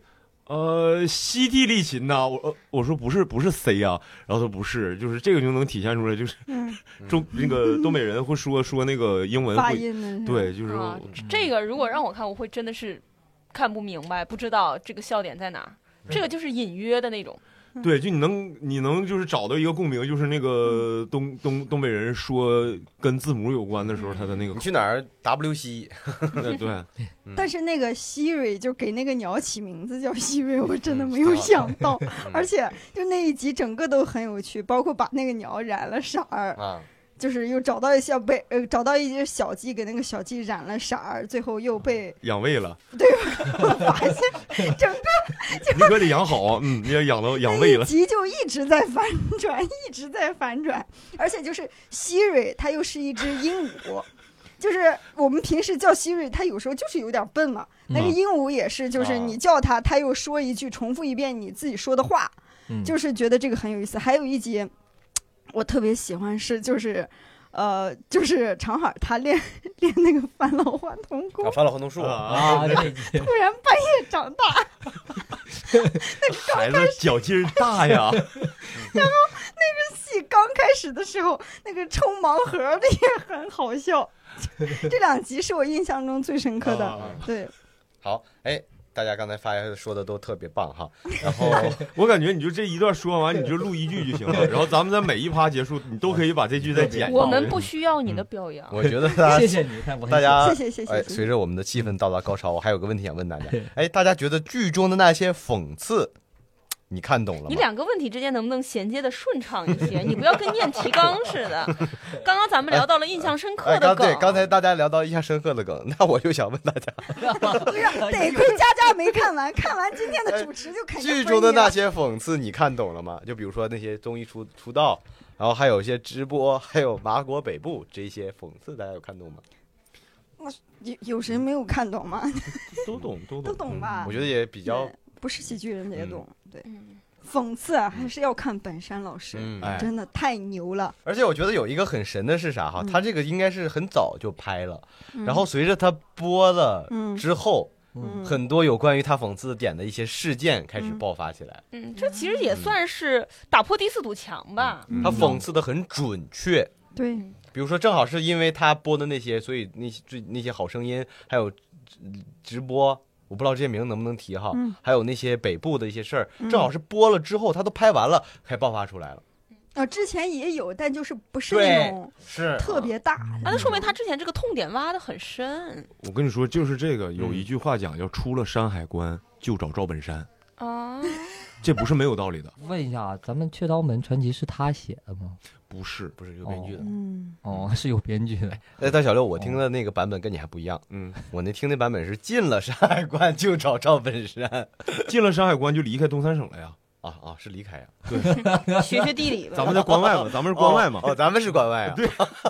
S4: 呃，西地利琴呐，我我说不是不是 C 啊，然后他不是，就是这个就能体现出来，就是中那个东北人会说说那个英文
S5: 发
S4: 会，
S5: 音的，
S4: 对，就是、
S2: 啊、这个如果让我看，我会真的是看不明白，不知道这个笑点在哪儿，这个就是隐约的那种。
S4: 对，就你能你能就是找到一个共鸣，就是那个东东东北人说跟字母有关的时候，他的那个
S1: 你去哪儿 W C
S4: 对对，
S5: 但是那个 Siri 就给那个鸟起名字叫 Siri， 我真的没有想到，而且就那一集整个都很有趣，包括把那个鸟染了色儿啊。就是又找到一小被呃找到一只小鸡，给那个小鸡染了色儿，最后又被
S4: 养胃了。
S5: 对，我发现整个
S4: 你可得养好，嗯，你要养到养胃了。
S5: 集就一直在反转，一直在反转，而且就是 Siri 它又是一只鹦鹉。就是我们平时叫 Siri， 它有时候就是有点笨嘛。那个鹦鹉也是，就是你叫它，它又说一句，重复一遍你自己说的话，
S3: 嗯、
S5: 就是觉得这个很有意思。还有一集。我特别喜欢是就是，呃，就是长海他练练那个返老还童功，
S1: 啊，返老还童术
S3: 啊，突
S5: 然半夜长大，那个
S4: 孩子脚劲大呀。
S5: 然后那个戏刚开始的时候，那个抽盲盒的也很好笑。这两集是我印象中最深刻的。啊、对，
S1: 好，哎。大家刚才发言说的都特别棒哈，然后
S4: 我感觉你就这一段说完，你就录一句就行了，然后咱们在每一趴结束，你都可以把这句再剪。
S2: 我们不需要你的表扬，
S1: 嗯、我觉得大家
S3: 谢谢你，
S1: 大家
S5: 谢谢谢谢。
S1: 哎，随着我们的气氛到达高潮，我还有个问题想问大家，哎，大家觉得剧中的那些讽刺，你看懂了吗？
S2: 你两个问题之间能不能衔接的顺畅一些？你不要跟念提纲似的。刚刚咱们聊到了印象深刻的梗，
S1: 哎哎、对，刚才大家聊到印象深刻的梗，那我就想问大家，
S5: 得亏佳佳没看完，看完今天的主持就肯定。
S1: 剧中的那些讽刺你看懂了吗？就比如说那些综艺出出道，然后还有一些直播，还有麻国北部这些讽刺，大家有看懂吗？
S5: 有有谁没有看懂吗？
S4: 都懂，都懂，
S5: 都懂吧？
S1: 我觉得也比较。
S5: 不是喜剧人的也懂，嗯、对，讽刺啊，还是要看本山老师，
S1: 嗯、
S5: 真的太牛了。
S1: 而且我觉得有一个很神的是啥哈，嗯、他这个应该是很早就拍了，嗯、然后随着他播了之后，嗯、很多有关于他讽刺点的一些事件开始爆发起来。
S2: 嗯，这其实也算是打破第四堵墙吧。
S1: 嗯、他讽刺的很准确，
S5: 对。
S1: 比如说，正好是因为他播的那些，所以那些那些好声音还有直播。我不知道这些名能不能提哈，嗯、还有那些北部的一些事儿，嗯、正好是播了之后，他都拍完了，才爆发出来了。
S5: 啊，之前也有，但就是不是那种
S1: 是
S5: 特别大。
S2: 那、啊、说明他之前这个痛点挖得很深。
S4: 我跟你说，就是这个有一句话讲，要出了山海关就找赵本山啊，这不是没有道理的。
S3: 问一下，咱们《雀刀门传奇》是他写的吗？
S4: 不是，
S1: 不是有编剧的。
S5: 嗯，
S3: 哦，是有编剧的。
S1: 哎，但小六，我听的那个版本跟你还不一样。嗯，我那听的版本是进了山海关就找赵本山，
S4: 进了山海关就离开东三省了呀。
S1: 啊啊，是离开呀。
S4: 对，
S2: 学学地理吧。
S4: 咱们在关外嘛，咱们是关外嘛。
S1: 哦，哦咱们是关外啊。
S4: 对。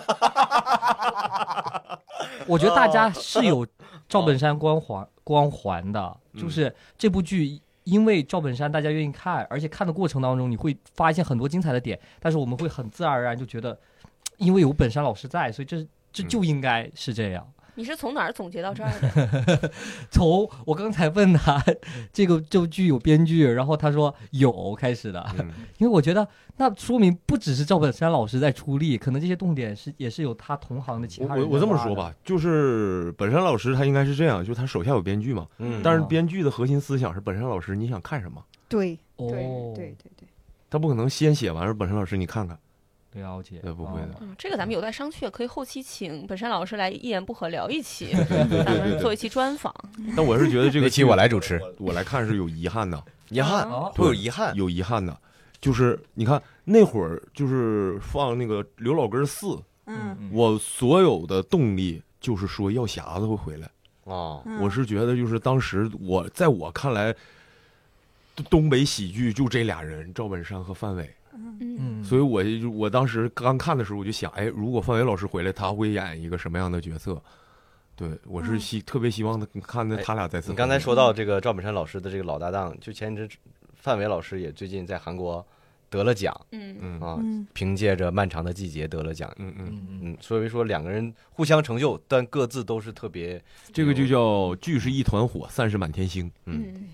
S3: 我觉得大家是有赵本山光环光环的，就是这部剧。因为赵本山大家愿意看，而且看的过程当中你会发现很多精彩的点，但是我们会很自然而然就觉得，因为有本山老师在，所以这这就应该是这样。
S2: 你是从哪儿总结到这儿的？
S3: 从我刚才问他这个这部剧有编剧，然后他说有开始的，嗯、因为我觉得那说明不只是赵本山老师在出力，可能这些动点是也是有他同行的其他人。
S4: 我我这么说吧，就是本山老师他应该是这样，就他手下有编剧嘛，嗯，但是编剧的核心思想是本山老师你想看什么？
S5: 对，
S3: 对
S5: 对对对对，
S4: 他不可能先写完，本山老师你看看。
S3: 了解，
S4: 对，不会的、
S2: 嗯。这个咱们有待商榷，可以后期请本山老师来一言不合聊一期，
S4: 对对对对
S2: 咱们做一期专访。
S4: 但我是觉得这个
S1: 期我来主持，
S4: 我来看是有遗憾的，
S1: 遗憾，会有遗憾，
S4: 有遗憾的，就是你看那会儿就是放那个刘老根四，嗯，我所有的动力就是说耀匣子会回来啊，我是觉得就是当时我在我看来，东北喜剧就这俩人，赵本山和范伟。嗯，所以我我当时刚看的时候，我就想，哎，如果范伟老师回来，他会演一个什么样的角色？对，我是希、嗯、特别希望的看到他俩再次。
S1: 你刚才说到这个赵本山老师的这个老搭档，就前一阵范伟老师也最近在韩国得了奖，嗯嗯啊，嗯凭借着《漫长的季节》得了奖，嗯嗯嗯，所以说两个人互相成就，但各自都是特别，
S4: 这个就叫聚是一团火，散是满天星，嗯。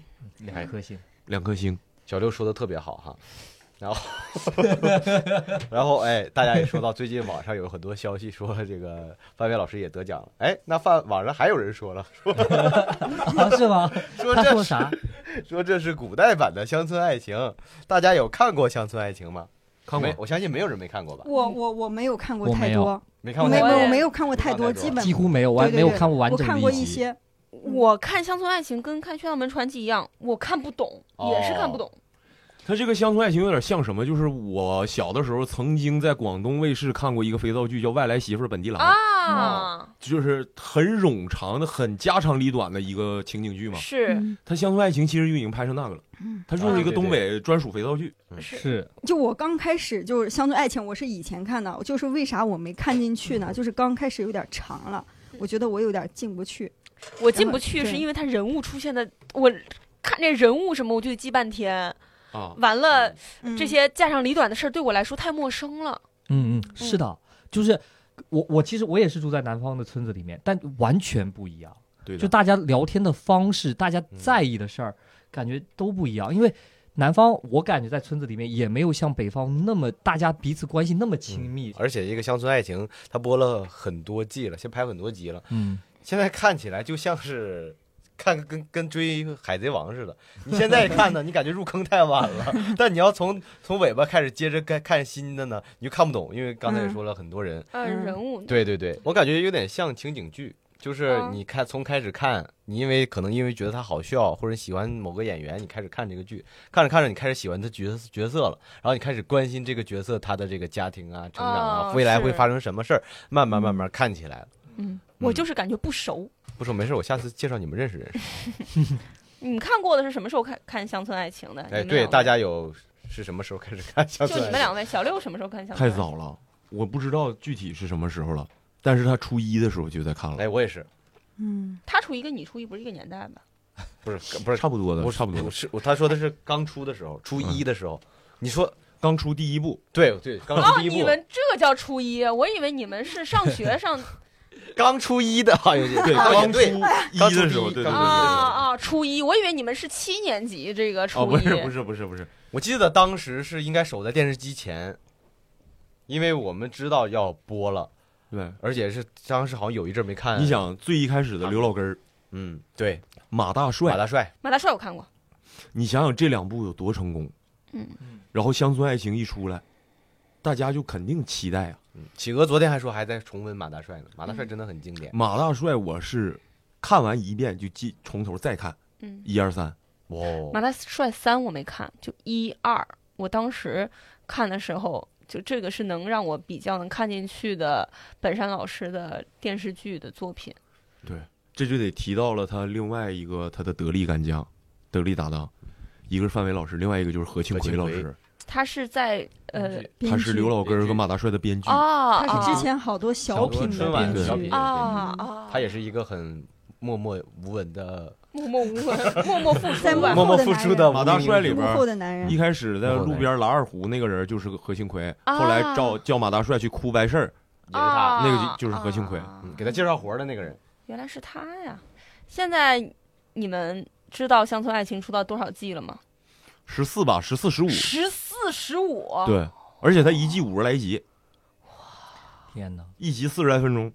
S3: 两颗星，
S4: 两颗星。
S1: 小六说的特别好哈。然后，然后哎，大家也说到最近网上有很多消息说这个范伟老师也得奖了。哎，那范网上还有人说了，说
S3: 啊是吗？
S1: 说这
S3: 他说啥？
S1: 说这是古代版的《乡村爱情》，大家有看过《乡村爱情》吗？
S4: 看过，
S1: 我相信没有人没看过吧。
S5: 我我我没有看过太
S3: 多，
S5: 多，
S1: 没看过太多，
S5: 没我没有看过太多，基本
S3: 几乎没有，我没有看过完整的一集。
S5: 我看过一些。
S2: 我看《乡村爱情》跟看《雀道门传奇》一样，我看不懂，
S1: 哦、
S2: 也是看不懂。
S4: 他这个乡村爱情有点像什么？就是我小的时候曾经在广东卫视看过一个肥皂剧，叫《外来媳妇本地郎》
S2: 啊，
S4: 就是很冗长的、很家长里短的一个情景剧嘛。
S2: 是，
S4: 他乡村爱情其实就已经拍成那个了。它就是一个东北专属肥皂剧。
S3: 是。
S5: 就我刚开始就是乡村爱情，我是以前看的，就是为啥我没看进去呢？就是刚开始有点长了，我觉得我有点进不去。
S2: 我进不去是因为他人物出现的，我看这人物什么我就得记半天。
S4: 啊，
S2: 完了，
S5: 嗯、
S2: 这些家长里短的事儿对我来说太陌生了。
S3: 嗯嗯，是的，就是我我其实我也是住在南方的村子里面，但完全不一样。
S4: 对，
S3: 就大家聊天的方式，大家在意的事儿，嗯、感觉都不一样。因为南方我感觉在村子里面也没有像北方那么大家彼此关系那么亲密。
S1: 嗯、而且这个乡村爱情它播了很多季了，现在拍很多集了。
S3: 嗯，
S1: 现在看起来就像是。看跟跟追海贼王似的，你现在看呢，你感觉入坑太晚了，但你要从从尾巴开始接着看看新的呢，你就看不懂，因为刚才也说了很多人，
S2: 嗯、呃，人物，
S1: 对对对，我感觉有点像情景剧，就是你看从开始看，你因为可能因为觉得他好笑，或者喜欢某个演员，你开始看这个剧，看着看着你开始喜欢他角色角色了，然后你开始关心这个角色他的这个家庭啊、成长啊，
S2: 哦、
S1: 未来会发生什么事儿，慢慢慢慢看起来了。
S2: 嗯，我就是感觉不熟。
S1: 不说没事，我下次介绍你们认识认识。
S2: 你们看过的是什么时候看看《乡村爱情》的？
S1: 哎，对，大家有是什么时候开始看《乡村爱情》？
S2: 就你们两位，小六什么时候看《乡村
S4: 爱情》？太早了，我不知道具体是什么时候了，但是他初一的时候就在看了。
S1: 哎，我也是。
S5: 嗯，
S2: 他初一跟你初一不是一个年代吧？
S1: 不是，不是
S4: 差不多的，
S1: 我
S4: 差不多的。
S1: 是，他说的是刚出的时候，初一的时候。嗯、你说
S4: 刚出第一部？
S1: 对对，刚出第一部。
S2: 哦，你们这叫初一？我以为你们是上学上。
S1: 刚初一的，好像
S4: 对，刚初一的时候，对对对
S2: 啊啊，初一，我以为你们是七年级，这个初一，
S4: 哦，不是不是不是不是，
S1: 我记得当时是应该守在电视机前，因为我们知道要播了，
S4: 对，
S1: 而且是当时好像有一阵没看。
S4: 你想最一开始的刘老根儿，
S1: 嗯，对，
S4: 马大帅，
S1: 马大帅，
S2: 马大帅我看过，
S4: 你想想这两部有多成功，
S2: 嗯，
S4: 然后乡村爱情一出来，大家就肯定期待啊。
S1: 企鹅昨天还说还在重温马大帅呢，马大帅真的很经典。
S4: 马大帅我是看完一遍就记，从头再看，
S2: 嗯，
S4: 一二三。
S1: 哇，
S2: 马大帅三我没看，就一二，我当时看的时候，就这个是能让我比较能看进去的本山老师的电视剧的作品。
S4: 对，这就得提到了他另外一个他的得力干将、得力搭档，一个是范伟老师，另外一个就是何庆魁老师。
S2: 他是在呃，
S4: 他是刘老根跟马大帅的编剧
S2: 啊，
S5: 他是之前好多小品的编剧
S2: 啊啊，
S1: 他也是一个很默默无闻的。
S2: 默默无闻，默默付出，
S1: 默默付出的
S4: 马大帅里边，
S5: 幕后的男人。
S4: 一开始在路边拉二胡那个人就是何庆魁，后来叫叫马大帅去哭白事儿，
S1: 也是他，
S4: 那个就是何庆魁，
S1: 给他介绍活的那个人。
S2: 原来是他呀！现在你们知道《乡村爱情》出到多少季了吗？
S4: 十四吧，十四十五，
S2: 十四十五。
S4: 对，而且他一季五十来集，
S3: 哇，天哪，
S4: 一集四十来分钟。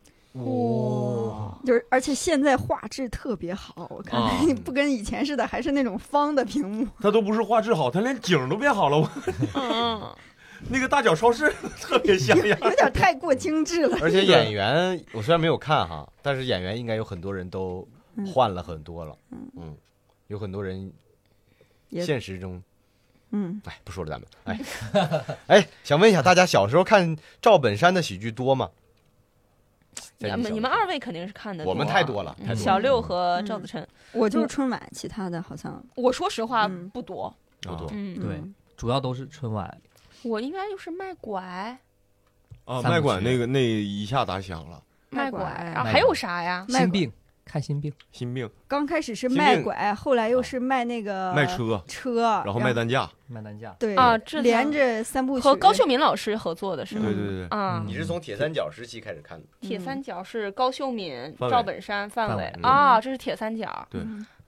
S5: 哇，就是而且现在画质特别好，我看、啊、不跟以前似的，还是那种方的屏幕。
S4: 它都不是画质好，它连景都变好了。
S2: 嗯，
S4: 那个大脚超市特别像样，
S5: 有点太过精致了。
S1: 而且演员，我虽然没有看哈，但是演员应该有很多人都换了很多了。嗯，嗯有很多人现实中。
S5: 嗯，
S1: 哎，不说了，咱们哎，哎，想问一下大家，小时候看赵本山的喜剧多吗？
S2: 你们你们二位肯定是看的多、啊，
S1: 我们太多了，太多了。
S2: 小六和赵子晨、
S5: 嗯，我就是春晚，其他的好像
S2: 我说实话不多，
S1: 不多。
S2: 嗯，
S3: 对，主要都是春晚。
S2: 我应该就是卖拐
S4: 啊，卖拐那个那一下打响了，
S2: 卖拐啊，还有啥呀？
S3: 心病。看心病，
S4: 心病
S5: 刚开始是卖拐，后来又是卖那个
S4: 卖车
S5: 车，
S4: 然后卖担架，
S3: 卖担架。
S5: 对
S2: 啊，这
S5: 连着三部曲
S2: 和高秀敏老师合作的是吗？
S4: 对对对
S2: 啊，
S1: 你是从铁三角时期开始看的？
S2: 铁三角是高秀敏、
S4: 嗯、
S2: 赵本山、范伟啊，这是铁三角。
S4: 对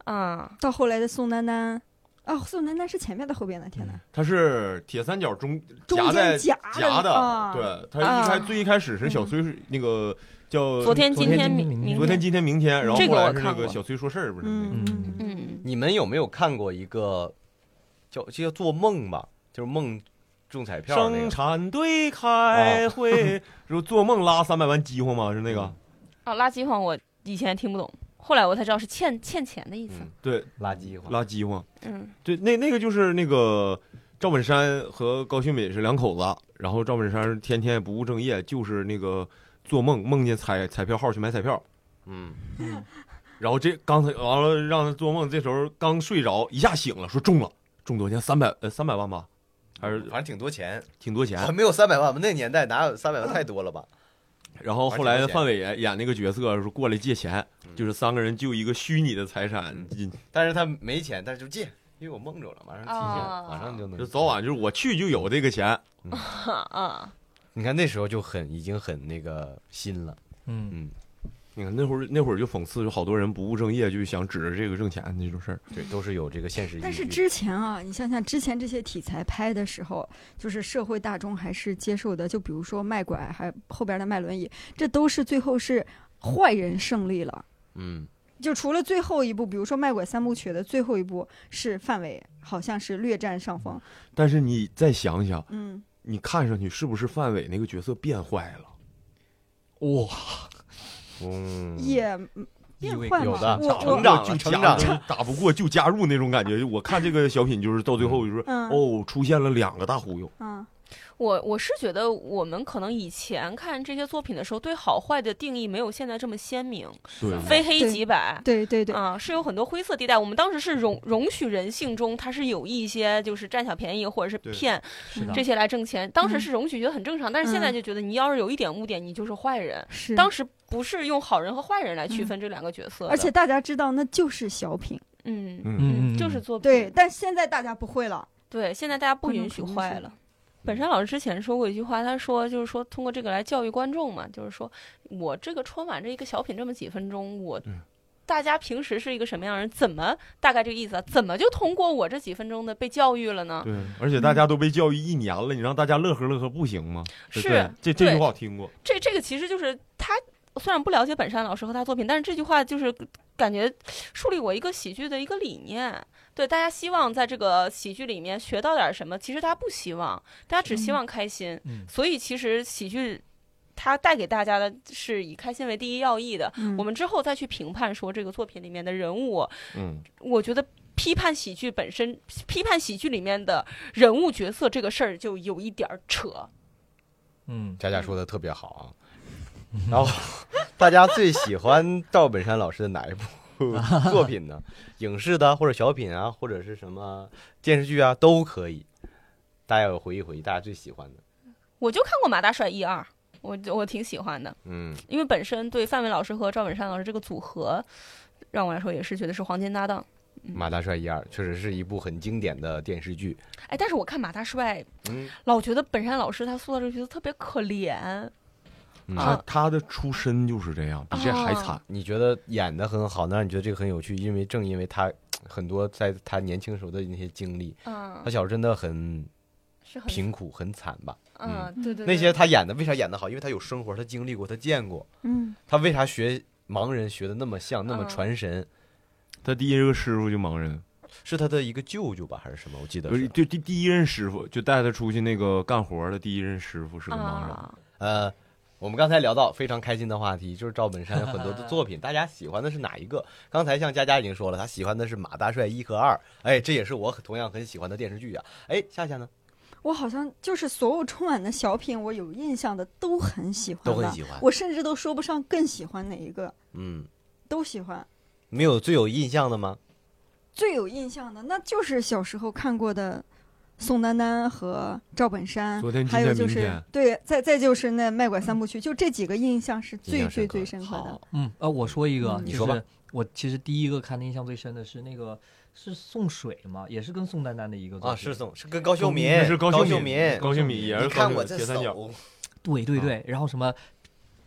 S2: 啊，
S5: 到后来的宋丹丹。哦，宋丹丹是前面的后边的，天哪！
S4: 他是铁三角中
S5: 中
S4: 夹在
S5: 间
S4: 夹的，
S5: 啊、
S4: 对他一开、啊、最一开始是小崔、嗯、那个叫
S2: 昨天今天明
S4: 昨天今天明天，然后后来是那个小崔说事儿，不是？
S5: 嗯
S4: 嗯
S2: 嗯。
S1: 你们有没有看过一个叫这叫做梦吧？就是梦中彩票、那个。
S4: 生产队开会，就做梦拉三百万饥荒吗？是那个？
S2: 哦，拉饥荒我以前听不懂。后来我才知道是欠欠钱的意思，
S4: 嗯、对，
S1: 拉饥荒，
S4: 拉饥荒，
S2: 嗯，
S4: 对，那那个就是那个赵本山和高秀敏是两口子，然后赵本山天天也不务正业，就是那个做梦梦见彩彩票号去买彩票，
S1: 嗯
S4: 嗯，然后这刚才完了让他做梦，这时候刚睡着，一下醒了，说中了，中多少钱？三百呃三百万吧，还是
S1: 反正挺多钱，
S4: 挺多钱，
S1: 没有三百万吧？那个年代哪有三百万？太多了吧？
S4: 然后后来范伟演那个角色是过来借钱，嗯、就是三个人就一个虚拟的财产，
S1: 嗯、但是他没钱，但是就借，因为我梦着了，马上提现，啊、马上就能，
S4: 就早晚就是我去就有这个钱。
S1: 嗯、啊，你看那时候就很已经很那个新了，
S3: 嗯
S1: 嗯。
S4: 你看那会儿那会儿就讽刺，就好多人不务正业，就想指着这个挣钱那种事儿，
S1: 对，都是有这个现实依据。
S5: 但是之前啊，你想想之前这些题材拍的时候，就是社会大众还是接受的，就比如说卖拐，还后边的卖轮椅，这都是最后是坏人胜利了。
S1: 嗯，
S5: 就除了最后一部，比如说卖拐三部曲的最后一部是范伟，好像是略占上风。
S4: 但是你再想想，
S5: 嗯，
S4: 你看上去是不是范伟那个角色变坏了？哇！
S1: 嗯，
S5: 也变坏
S1: 有的
S5: 成
S1: 长
S4: 就
S1: 成长
S4: 打不过就加入那种感觉。我看这个小品就是到最后就是、
S5: 嗯、
S4: 哦，出现了两个大忽悠。
S5: 嗯，
S2: 我我是觉得我们可能以前看这些作品的时候，对好坏的定义没有现在这么鲜明，
S4: 对，
S2: 非黑即白，
S5: 对对对
S2: 啊，是有很多灰色地带。我们当时是容容许人性中它是有一些就是占小便宜或者是骗这些来挣钱，当时是容许觉得很正常，但是现在就觉得你要是有一点污点，你就是坏人。
S5: 是
S2: 当时不是用好人和坏人来区分这两个角色、嗯，
S5: 而且大家知道那就是小品，
S2: 嗯
S4: 嗯
S2: 嗯，就是作品。
S5: 对，但现在大家不会了。
S2: 对，现在大家不允许坏了。本山老师之前说过一句话，他说就是说通过这个来教育观众嘛，就是说我这个戳满这一个小品这么几分钟，我、嗯、大家平时是一个什么样的人，怎么大概这个意思啊？怎么就通过我这几分钟的被教育了呢？
S4: 对，而且大家都被教育一年了，你让大家乐呵乐呵不行吗？
S2: 是，
S4: 这这句话我听过。
S2: 这这个其实就是他。虽然不了解本山老师和他作品，但是这句话就是感觉树立我一个喜剧的一个理念。对，大家希望在这个喜剧里面学到点什么，其实大家不希望，大家只希望开心。
S3: 嗯、
S2: 所以其实喜剧它带给大家的是以开心为第一要义的。
S5: 嗯、
S2: 我们之后再去评判说这个作品里面的人物，
S4: 嗯，
S2: 我觉得批判喜剧本身，批判喜剧里面的人物角色这个事儿就有一点扯。
S3: 嗯，
S1: 佳佳说的特别好啊。然后，大家最喜欢赵本山老师的哪一部作品呢？影视的，或者小品啊，或者是什么电视剧啊，都可以。大家有回忆回忆，大家最喜欢的。
S2: 我就看过《马大帅》一二，我我挺喜欢的。
S1: 嗯，
S2: 因为本身对范伟老师和赵本山老师这个组合，让我来说也是觉得是黄金搭档。
S1: 嗯、马大帅一二确实是一部很经典的电视剧。
S2: 哎，但是我看马大帅，
S1: 嗯，
S2: 老觉得本山老师他塑造这个角色特别可怜。
S4: 他他的出身就是这样，比这还惨、
S1: 啊。你觉得演得很好，那让你觉得这个很有趣，因为正因为他很多在他年轻时候的那些经历，
S2: 嗯，
S1: 他小时候真的很贫苦，很惨吧？
S2: 嗯，对对。
S1: 那些他演的为啥演得好？因为他有生活，他经历过，他见过。
S5: 嗯，
S1: 他为啥学盲人学的那么像，那么传神？
S4: 嗯、他第一个师傅就盲人。
S1: 是他的一个舅舅吧，还是什么？我记得是。
S4: 就第第一任师傅就带他出去那个干活的第一任师傅是个盲人。
S2: 啊、
S1: 呃。我们刚才聊到非常开心的话题，就是赵本山有很多的作品，大家喜欢的是哪一个？刚才像佳佳已经说了，他喜欢的是《马大帅》一和二，哎，这也是我同样很喜欢的电视剧啊。哎，夏夏呢？
S5: 我好像就是所有春晚的小品，我有印象的都很喜欢，
S1: 都很喜欢。
S5: 我甚至都说不上更喜欢哪一个，
S1: 嗯，
S5: 都喜欢。
S1: 没有最有印象的吗？
S5: 最有印象的那就是小时候看过的。宋丹丹和赵本山，
S4: 昨天
S5: 还有就是对，再再就是那卖拐三部曲，就这几个印象是最最最深刻的。
S3: 嗯，呃，我说一个，
S5: 嗯、
S3: 你说吧。我其实第一个看的印象最深的是那个是送水嘛，也是跟宋丹丹的一个作品
S1: 啊，是宋是跟高秀敏，
S4: 是高
S1: 秀
S4: 敏，高秀敏也是
S1: 你看我这
S4: 铁三角。
S3: 对对对，然后什么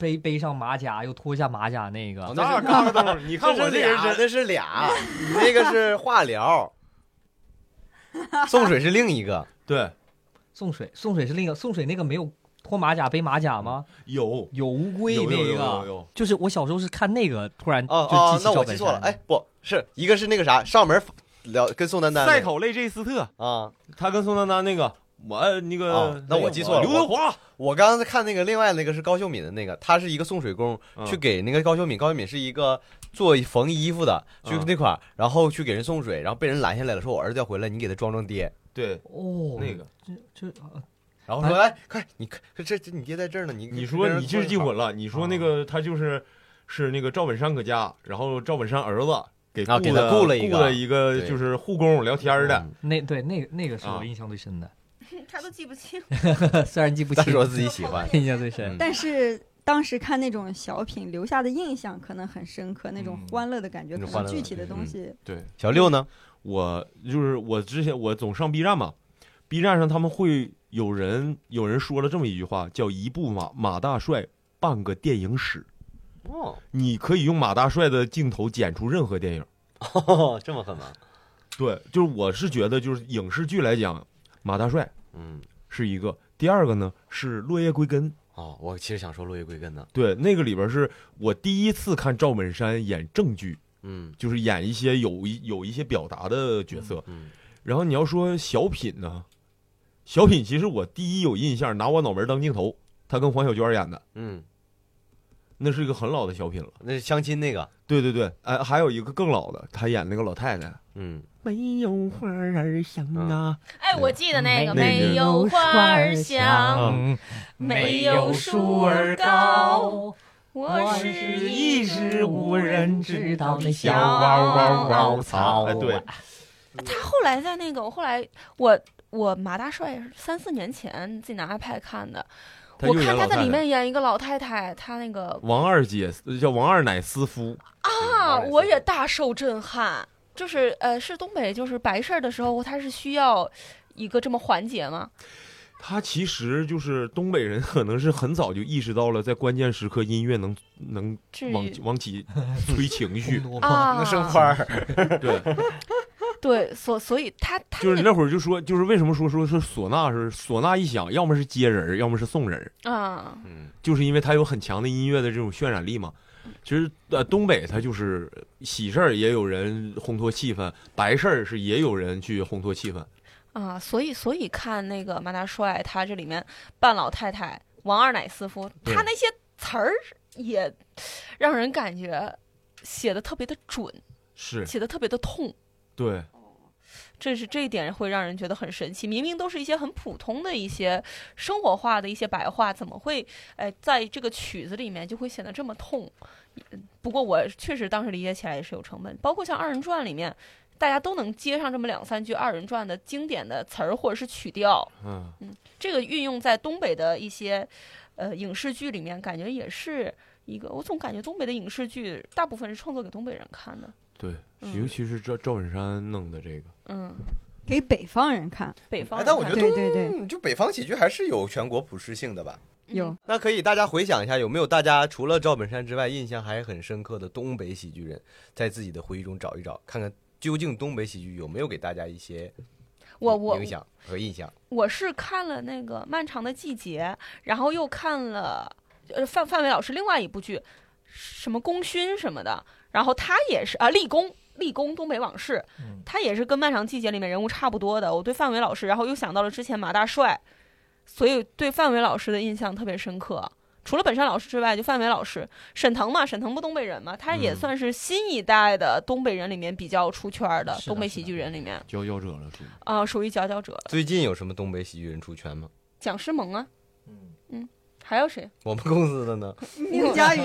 S3: 背背上马甲又脱下马甲那个，
S4: 那嘎嘎咚，你看我这人
S1: 真的是俩，你那个是化疗，送水是另一个。
S4: 对，
S3: 送水送水是另一个，送水那个没有脱马甲背马甲吗？
S4: 有
S3: 有乌龟
S4: 有
S3: 那个，
S4: 有有有
S3: 就是我小时候是看那个，突然就
S1: 哦哦，
S3: 记起赵本山。
S1: 那我记错了，哎，不是一个是那个啥上门聊跟宋丹丹
S4: 赛考类 J 斯特
S1: 啊，
S4: 他跟宋丹丹那个。我那个、
S1: 哦，那我记错了。
S4: 刘德华，
S1: 我刚刚在看那个，另外那个是高秀敏的那个，他是一个送水工，
S4: 嗯、
S1: 去给那个高秀敏。高秀敏是一个做缝衣服的，去那块儿，嗯、然后去给人送水，然后被人拦下来了，说我儿子要回来，你给他装装爹。
S4: 对，
S3: 哦，
S4: 那个
S3: 这这，
S1: 然后说来快，你看这这你爹在这儿呢，你
S4: 你说你就是记混了，你说那个他就是是那个赵本山搁家，然后赵本山儿子。给
S1: 啊，给他雇了一
S4: 个，雇了一个就是护工聊天的，
S3: 嗯、那对那那个是我印象最深的，
S2: 他都记不清，
S3: 虽然记不清，
S1: 但是我自己喜欢，
S3: 印象最深。
S5: 但是当时看那种小品留下的印象可能很深刻，那种欢乐的感觉，
S1: 嗯、
S5: 可能具体的东西。
S4: 嗯、对，
S1: 小六呢？
S4: 我就是我之前我总上 B 站嘛 ，B 站上他们会有人有人说了这么一句话，叫一部马马大帅半个电影史。
S1: 哦，
S4: 你可以用马大帅的镜头剪出任何电影。
S1: 哦，这么狠吗？
S4: 对，就是我是觉得，就是影视剧来讲，马大帅，
S1: 嗯，
S4: 是一个。第二个呢是落叶归根。
S1: 哦，我其实想说落叶归根呢。
S4: 对，那个里边是我第一次看赵本山演正剧，
S1: 嗯，
S4: 就是演一些有一有一些表达的角色。
S1: 嗯，
S4: 然后你要说小品呢，小品其实我第一有印象，拿我脑门当镜头，他跟黄小娟演的，
S1: 嗯。
S4: 那是一个很老的小品了，
S1: 那是相亲那个。
S4: 对对对，哎，还有一个更老的，他演那个老太太，
S1: 嗯，
S4: 没有花儿香啊。
S2: 哎，我记得那个
S3: 没
S2: 有花儿香，没有树儿高，我是
S3: 一只无人知道的小
S2: 哇
S3: 哇哇草。
S4: 哎，对。
S2: 他后来在那个，我后来我我马大帅三四年前自己拿 iPad 看的。我看他在里面演一个老太太，他那个
S4: 王二姐叫王二奶私夫
S2: 啊，我也大受震撼。就是呃，是东北就是白事儿的时候，他是需要一个这么环节吗？
S4: 他其实就是东北人，可能是很早就意识到了，在关键时刻音乐能能往往起催情绪
S2: 啊，
S1: 能生花儿。
S4: 对。
S2: 对，所所以他他
S4: 就是那会儿就说，就是为什么说说是唢呐是唢呐一响，要么是接人，要么是送人
S2: 啊，
S4: 嗯，就是因为它有很强的音乐的这种渲染力嘛。其实呃，东北它就是喜事儿也有人烘托气氛，白事儿是也有人去烘托气氛
S2: 啊。所以所以看那个马大帅，他这里面扮老太太王二奶私夫，他那些词儿也让人感觉写的特别的准，
S4: 是
S2: 写的特别的痛。
S4: 对，
S2: 这是这一点会让人觉得很神奇。明明都是一些很普通的一些生活化的一些白话，怎么会哎在这个曲子里面就会显得这么痛？不过我确实当时理解起来也是有成本，包括像二人转里面，大家都能接上这么两三句二人转的经典的词儿或者是曲调。
S4: 嗯
S2: 嗯，这个运用在东北的一些呃影视剧里面，感觉也是一个。我总感觉东北的影视剧大部分是创作给东北人看的。
S4: 对，尤其是赵赵本山弄的这个，
S2: 嗯，
S5: 给北方人看，
S2: 北方人看。
S1: 但我觉得
S5: 对对对，
S1: 就北方喜剧还是有全国普适性的吧。
S5: 有。
S1: 那可以大家回想一下，有没有大家除了赵本山之外，印象还很深刻的东北喜剧人，在自己的回忆中找一找，看看究竟东北喜剧有没有给大家一些
S2: 我我
S1: 影响和印象。
S2: 我是看了那个《漫长的季节》，然后又看了呃范范伟老师另外一部剧，什么功勋什么的。然后他也是啊，立功立功东北往事，他也是跟《漫长季节》里面人物差不多的。我对范伟老师，然后又想到了之前马大帅，所以对范伟老师的印象特别深刻。除了本山老师之外，就范伟老师、沈腾嘛，沈腾不东北人嘛，他也算是新一代的东北人里面比较出圈的、嗯、东北喜剧人里面
S4: 佼佼者了，属于
S2: 啊、呃，属于佼佼者了。
S1: 最近有什么东北喜剧人出圈吗？
S2: 蒋诗萌啊，嗯嗯。还有谁？
S1: 我们公司的呢？
S5: 宁佳宇，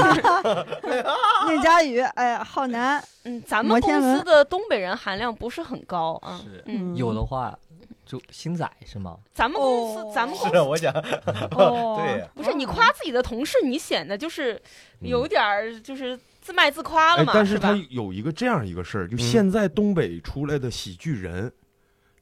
S5: 宁佳宇，哎呀，浩南，
S2: 嗯，咱们公司的东北人含量不是很高啊。
S3: 是，
S2: 嗯，
S3: 有的话就星仔是吗？
S2: 咱们公司，哦、咱们公司，
S1: 是我想，
S2: 哦，
S1: 对，
S2: 不是你夸自己的同事，你显得就是有点儿就是自卖自夸了嘛。
S4: 哎、但是
S2: 他
S4: 有一个这样一个事儿，就现在东北出来的喜剧人。嗯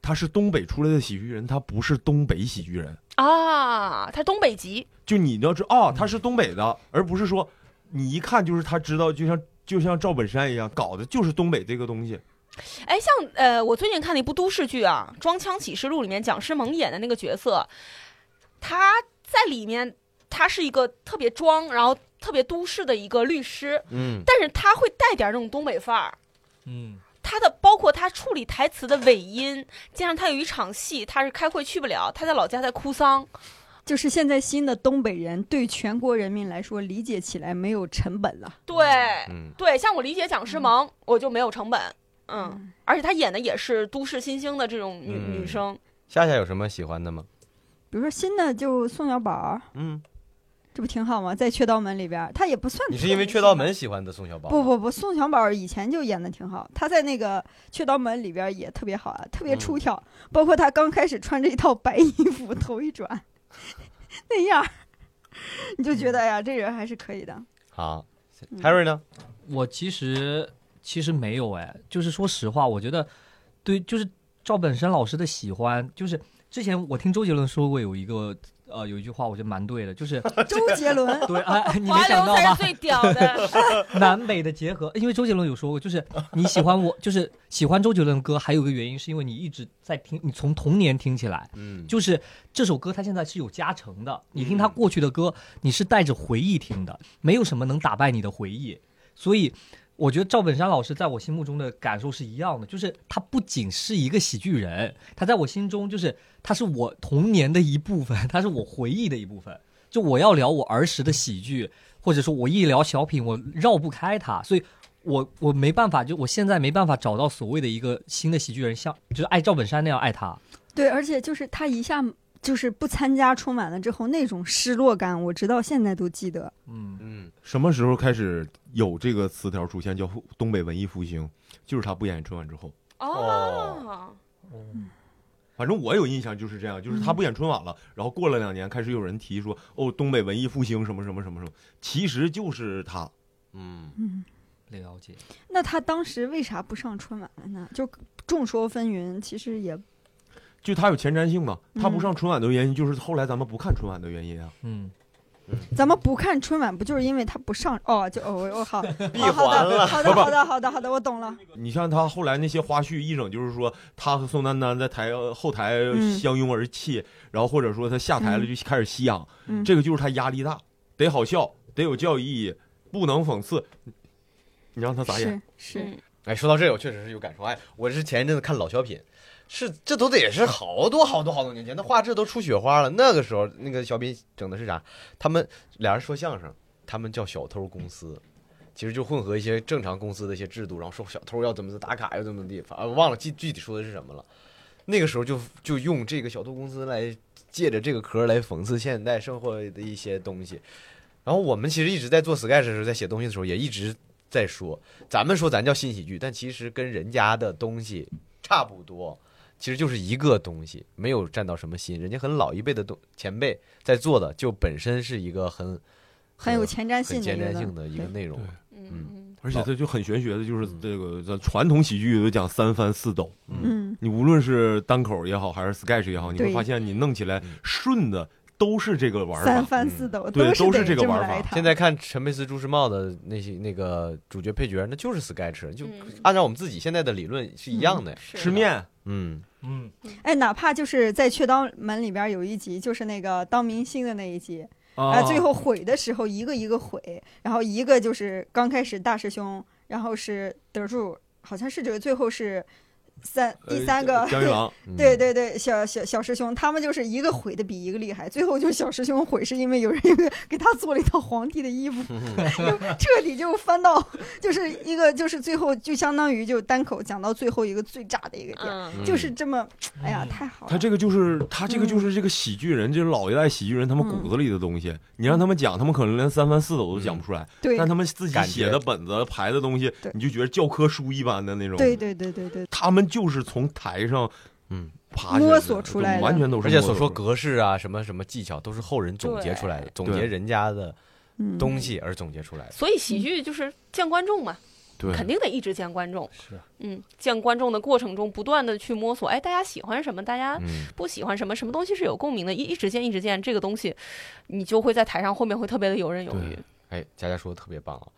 S4: 他是东北出来的喜剧人，他不是东北喜剧人
S2: 啊，他东北籍。
S4: 就你要知道啊，他是东北的，而不是说你一看就是他知道，就像就像赵本山一样，搞的就是东北这个东西。
S2: 哎，像呃，我最近看了一部都市剧啊，《装腔启示录》里面蒋诗萌演的那个角色，他在里面他是一个特别装，然后特别都市的一个律师，
S1: 嗯，
S2: 但是他会带点那种东北范儿，
S3: 嗯，
S2: 他的包括他处理台词的尾音，加上他有一场戏他是开会去不了，他在老家在哭丧。
S5: 就是现在新的东北人对全国人民来说理解起来没有成本了。
S2: 对，
S1: 嗯，
S2: 对，像我理解蒋诗萌，嗯、我就没有成本。嗯，
S5: 嗯，
S2: 而且她演的也是都市新星的这种女、
S1: 嗯、
S2: 女生。
S1: 夏夏有什么喜欢的吗？
S5: 比如说新的就宋小宝，
S1: 嗯，
S5: 这不挺好吗？在《雀刀门》里边，他也不算。
S1: 你是因为《雀刀门》喜欢的宋小宝？
S5: 不不不，宋小宝以前就演的挺好，他在那个《雀刀门》里边也特别好啊，特别出挑。嗯、包括他刚开始穿着一套白衣服，头一转，那样，你就觉得哎呀，这人还是可以的。
S1: 好 ，Harry 呢？
S3: 我其实。其实没有哎，就是说实话，我觉得对，就是赵本山老师的喜欢，就是之前我听周杰伦说过有一个呃有一句话，我觉得蛮对的，就是
S5: 周杰伦
S3: 对啊，你没想到吧？
S2: 最屌的
S3: 南北的结合，因为周杰伦有说过，就是你喜欢我，就是喜欢周杰伦的歌，还有一个原因是因为你一直在听，你从童年听起来，
S1: 嗯，
S3: 就是这首歌它现在是有加成的，你听他过去的歌，你是带着回忆听的，没有什么能打败你的回忆，所以。我觉得赵本山老师在我心目中的感受是一样的，就是他不仅是一个喜剧人，他在我心中就是他是我童年的一部分，他是我回忆的一部分。就我要聊我儿时的喜剧，或者说我一聊小品，我绕不开他，所以我我没办法，就我现在没办法找到所谓的一个新的喜剧人，像就是爱赵本山那样爱他。
S5: 对，而且就是他一下就是不参加春晚了之后那种失落感，我直到现在都记得。
S3: 嗯
S4: 嗯，什么时候开始有这个词条出现，叫东北文艺复兴？就是他不演春晚之后。
S2: 哦，
S5: 嗯，
S4: 反正我有印象就是这样，就是他不演春晚了，嗯、然后过了两年开始有人提说，哦，东北文艺复兴什么什么什么什么，其实就是他。
S1: 嗯
S5: 嗯，
S3: 了解。
S5: 那他当时为啥不上春晚了呢？就众说纷纭，其实也。
S4: 就他有前瞻性嘛，他不上春晚的原因就是后来咱们不看春晚的原因啊。
S3: 嗯，
S5: 咱们不看春晚不就是因为他不上？哦，就哦哦好，
S1: 闭环了。
S5: 好的好的好的好的，我懂了。
S4: 你像他后来那些花絮一整，就是说他和宋丹丹在台后台相拥而泣，嗯、然后或者说他下台了就开始吸氧，
S5: 嗯、
S4: 这个就是他压力大，得好笑，得有教育意义，不能讽刺。你让他咋演？
S5: 是。是
S1: 哎，说到这个，我确实是有感受。哎，我是前一阵子看老小品。是，这都得也是好多好多好多年前，那画质都出雪花了。那个时候，那个小品整的是啥？他们俩人说相声，他们叫小偷公司，其实就混合一些正常公司的一些制度，然后说小偷要怎么打卡，要怎么地，反正忘了具具体说的是什么了。那个时候就就用这个小偷公司来借着这个壳来讽刺现代生活的一些东西。然后我们其实一直在做 sketch 的时候，在写东西的时候，也一直在说，咱们说咱叫新喜剧，但其实跟人家的东西差不多。其实就是一个东西，没有占到什么新，人家很老一辈的东前辈在做的，就本身是一个很
S5: 很有前瞻性的、
S1: 前瞻性的一个内容。
S2: 嗯，
S4: 而且它就很玄学的，就是这个咱传统喜剧都讲三翻四抖。
S5: 嗯，
S4: 你无论是单口也好，还是 sketch 也好，你会发现你弄起来顺的都是这个玩法，
S5: 三翻四抖，
S4: 对，都
S5: 是
S4: 这个玩法。
S1: 现在看陈佩斯、朱时茂的那些那个主角配角，那就是 sketch， 就按照我们自己现在的理论是一样的。
S4: 吃面。
S1: 嗯
S3: 嗯，
S5: 哎，哪怕就是在《雀刀门》里边有一集，就是那个当明星的那一集，啊、呃，最后毁的时候一个一个毁，然后一个就是刚开始大师兄，然后是德柱，好像是这个，最后是三第三个、
S4: 呃、江一郎，
S5: 对对对，小小小师兄，他们就是一个毁的比一个厉害，最后就小师兄毁是因为有人给他做了一套皇帝的衣服，就彻底就翻到就是一个就是最后就相当于就单口讲到最后一个最炸的一个点，
S2: 嗯、
S5: 就是这么，哎呀，太好了。
S4: 他这个就是他这个就是这个喜剧人，就是老一代喜剧人他们骨子里的东西，嗯、你让他们讲，他们可能连三番四抖都讲不出来，
S5: 对，
S4: 但他们自己写的本子排的东西，你就觉得教科书一般的那种，
S5: 对对对对对，
S4: 他们就是从台上，嗯，爬
S5: 摸索出来的，
S4: 完全都是。
S1: 而且所说格式啊，什么什么技巧，都是后人总结出来的，总结人家的东西而总结出来的。
S2: 所以喜剧就是见观众嘛。
S4: 对，
S2: 肯定得一直见观众。
S1: 是，
S2: 嗯，见观众的过程中，不断的去摸索，哎，大家喜欢什么，大家不喜欢什么，什么东西是有共鸣的，一一直见，一直见，这个东西，你就会在台上后面会特别的游刃有余。
S1: 哎，佳佳说的特别棒啊！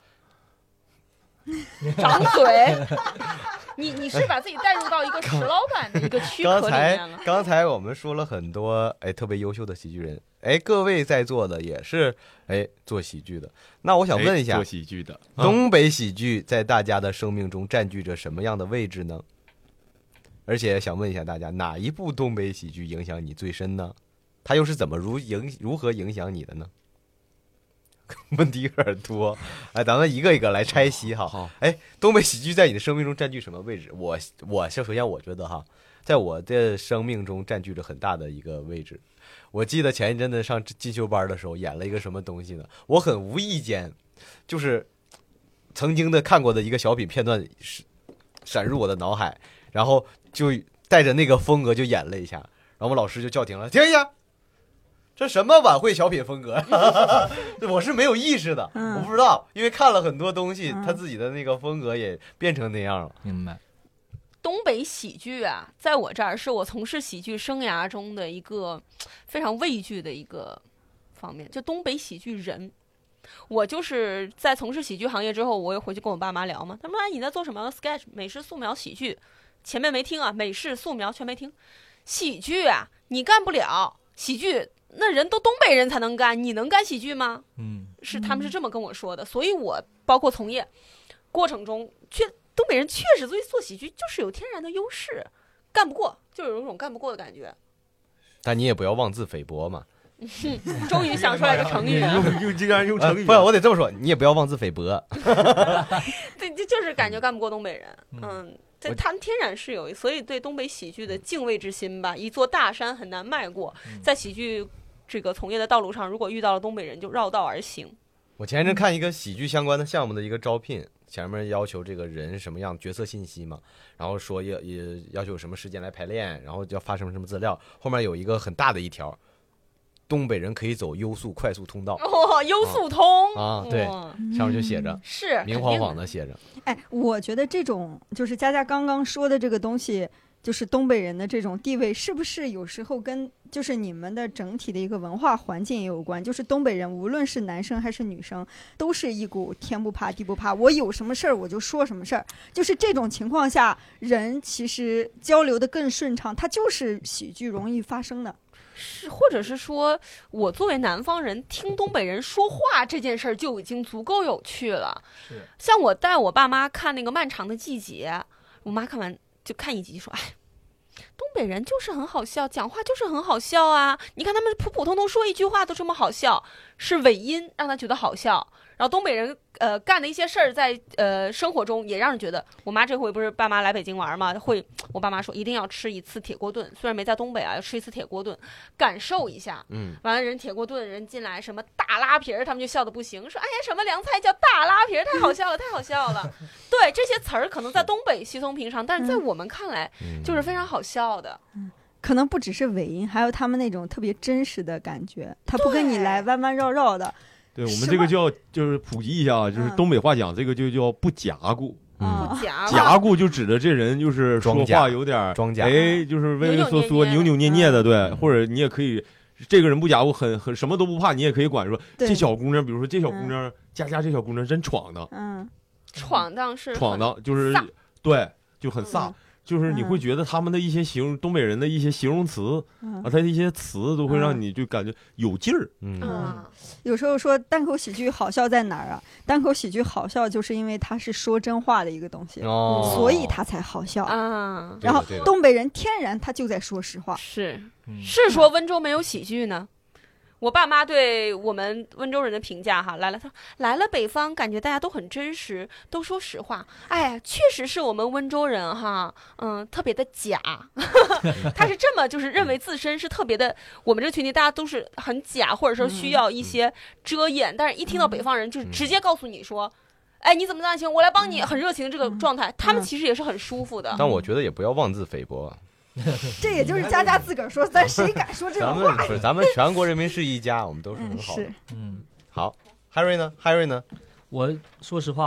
S2: 长嘴，你你是把自己带入到一个石老板的一个躯壳里面了。
S1: 刚才刚才我们说了很多，哎，特别优秀的喜剧人，哎，各位在座的也是哎做喜剧的。那我想问一下，
S4: 做喜剧的
S1: 东北喜剧在大家的生命中占据着什么样的位置呢？而且想问一下大家，哪一部东北喜剧影响你最深呢？它又是怎么如影如何影响你的呢？问题有点多，哎，咱们一个一个来拆析哈。
S4: 好，
S1: 哎，东北喜剧在你的生命中占据什么位置？我我首先我觉得哈，在我的生命中占据着很大的一个位置。我记得前一阵子上进修班的时候，演了一个什么东西呢？我很无意间，就是曾经的看过的一个小品片段闪入我的脑海，然后就带着那个风格就演了一下，然后我们老师就叫停了，停一下。这什么晚会小品风格？我是没有意识的，
S5: 嗯、
S1: 我不知道，因为看了很多东西，嗯、他自己的那个风格也变成那样了。
S3: 明白。
S2: 东北喜剧啊，在我这儿是我从事喜剧生涯中的一个非常畏惧的一个方面，就东北喜剧人。我就是在从事喜剧行业之后，我也回去跟我爸妈聊嘛，他们说、哎、你在做什么 sketch 美式素描喜剧，前面没听啊，美式素描全没听，喜剧啊你干不了，喜剧。那人都东北人才能干，你能干喜剧吗？
S3: 嗯，
S2: 是他们是这么跟我说的，所以我包括从业过程中，确东北人确实对做喜剧就是有天然的优势，干不过就有一种干不过的感觉。
S1: 但你也不要妄自菲薄嘛。
S2: 终于想出来个成语了，
S4: 用用竟然用成语、
S1: 呃，不是，我得这么说，你也不要妄自菲薄。
S2: 对，就就是感觉干不过东北人，嗯。这他们天然是有，所以对东北喜剧的敬畏之心吧，一座大山很难迈过。在喜剧这个从业的道路上，如果遇到了东北人，就绕道而行。
S1: 我前一阵看一个喜剧相关的项目的一个招聘，前面要求这个人什么样角色信息嘛，然后说也也要求有什么时间来排练，然后要发什么什么资料，后面有一个很大的一条。东北人可以走优速快速通道
S2: 哦，优速通
S1: 啊，对，上面就写着，
S2: 是
S1: 明晃晃的写着。
S5: 哎，我觉得这种就是佳佳刚刚说的这个东西，就是东北人的这种地位，是不是有时候跟就是你们的整体的一个文化环境也有关？就是东北人无论是男生还是女生，都是一股天不怕地不怕，我有什么事儿我就说什么事儿。就是这种情况下，人其实交流的更顺畅，它就是喜剧容易发生的。
S2: 是，或者是说我作为南方人听东北人说话这件事儿就已经足够有趣了。
S3: 是，
S2: 像我带我爸妈看那个《漫长的季节》，我妈看完就看一集就说：“哎，东北人就是很好笑，讲话就是很好笑啊！你看他们普普通通说一句话都这么好笑，是尾音让他觉得好笑。然后东北人呃干的一些事儿，在呃生活中也让人觉得。我妈这回不是爸妈来北京玩嘛，会我爸妈说一定要吃一次铁锅炖，虽然没在东北啊，要吃一次铁锅炖，感受一下。嗯，完了人铁锅炖人进来什么大拉皮儿，他们就笑得不行，说哎呀什么凉菜叫大拉皮儿，太好笑了，太好笑了。对，这些词儿可能在东北稀松平常，但是在我们看来就是非常好笑的。
S5: 嗯，可能不只是尾音，还有他们那种特别真实的感觉，他不跟你来弯弯绕绕的。
S4: 对，我们这个叫就是普及一下，就是东北话讲这个就叫不夹顾。
S2: 嗯，不夹
S4: 夹顾就指的这人就是说话有点
S1: 装假，
S4: 哎，就是畏畏缩缩、扭扭捏捏的，对，或者你也可以，这个人不夹顾，很很什么都不怕，你也可以管说这小姑娘，比如说这小姑娘，佳佳这小姑娘真闯荡，
S5: 嗯，
S2: 闯荡是
S4: 闯荡，就是对，就很飒。就是你会觉得他们的一些形容，东北人的一些形容词啊，他的一些词都会让你就感觉有劲儿。
S5: 嗯，有时候说单口喜剧好笑在哪儿啊？单口喜剧好笑就是因为它是说真话的一个东西，
S1: 哦，
S5: 所以它才好笑
S2: 啊。
S5: 然后东北人天然他就在说实话，
S2: 是是说温州没有喜剧呢？我爸妈对我们温州人的评价哈，来了他来了北方，感觉大家都很真实，都说实话。哎，确实是我们温州人哈，嗯，特别的假。他是这么就是认为自身是特别的，我们这个群体大家都是很假，或者说需要一些遮掩。嗯、但是一听到北方人，就是直接告诉你说。哎，你怎么样行？我来帮你，很热情的这个状态，他们其实也是很舒服的。
S1: 但我觉得也不要妄自菲薄。
S5: 这也就是佳佳自个儿说，咱谁敢说这种话？
S1: 咱们不是，咱们全国人民是一家，我们都是很好的。
S5: 嗯，
S1: 嗯，好 ，Harry 呢 ？Harry 呢？
S3: 我说实话，我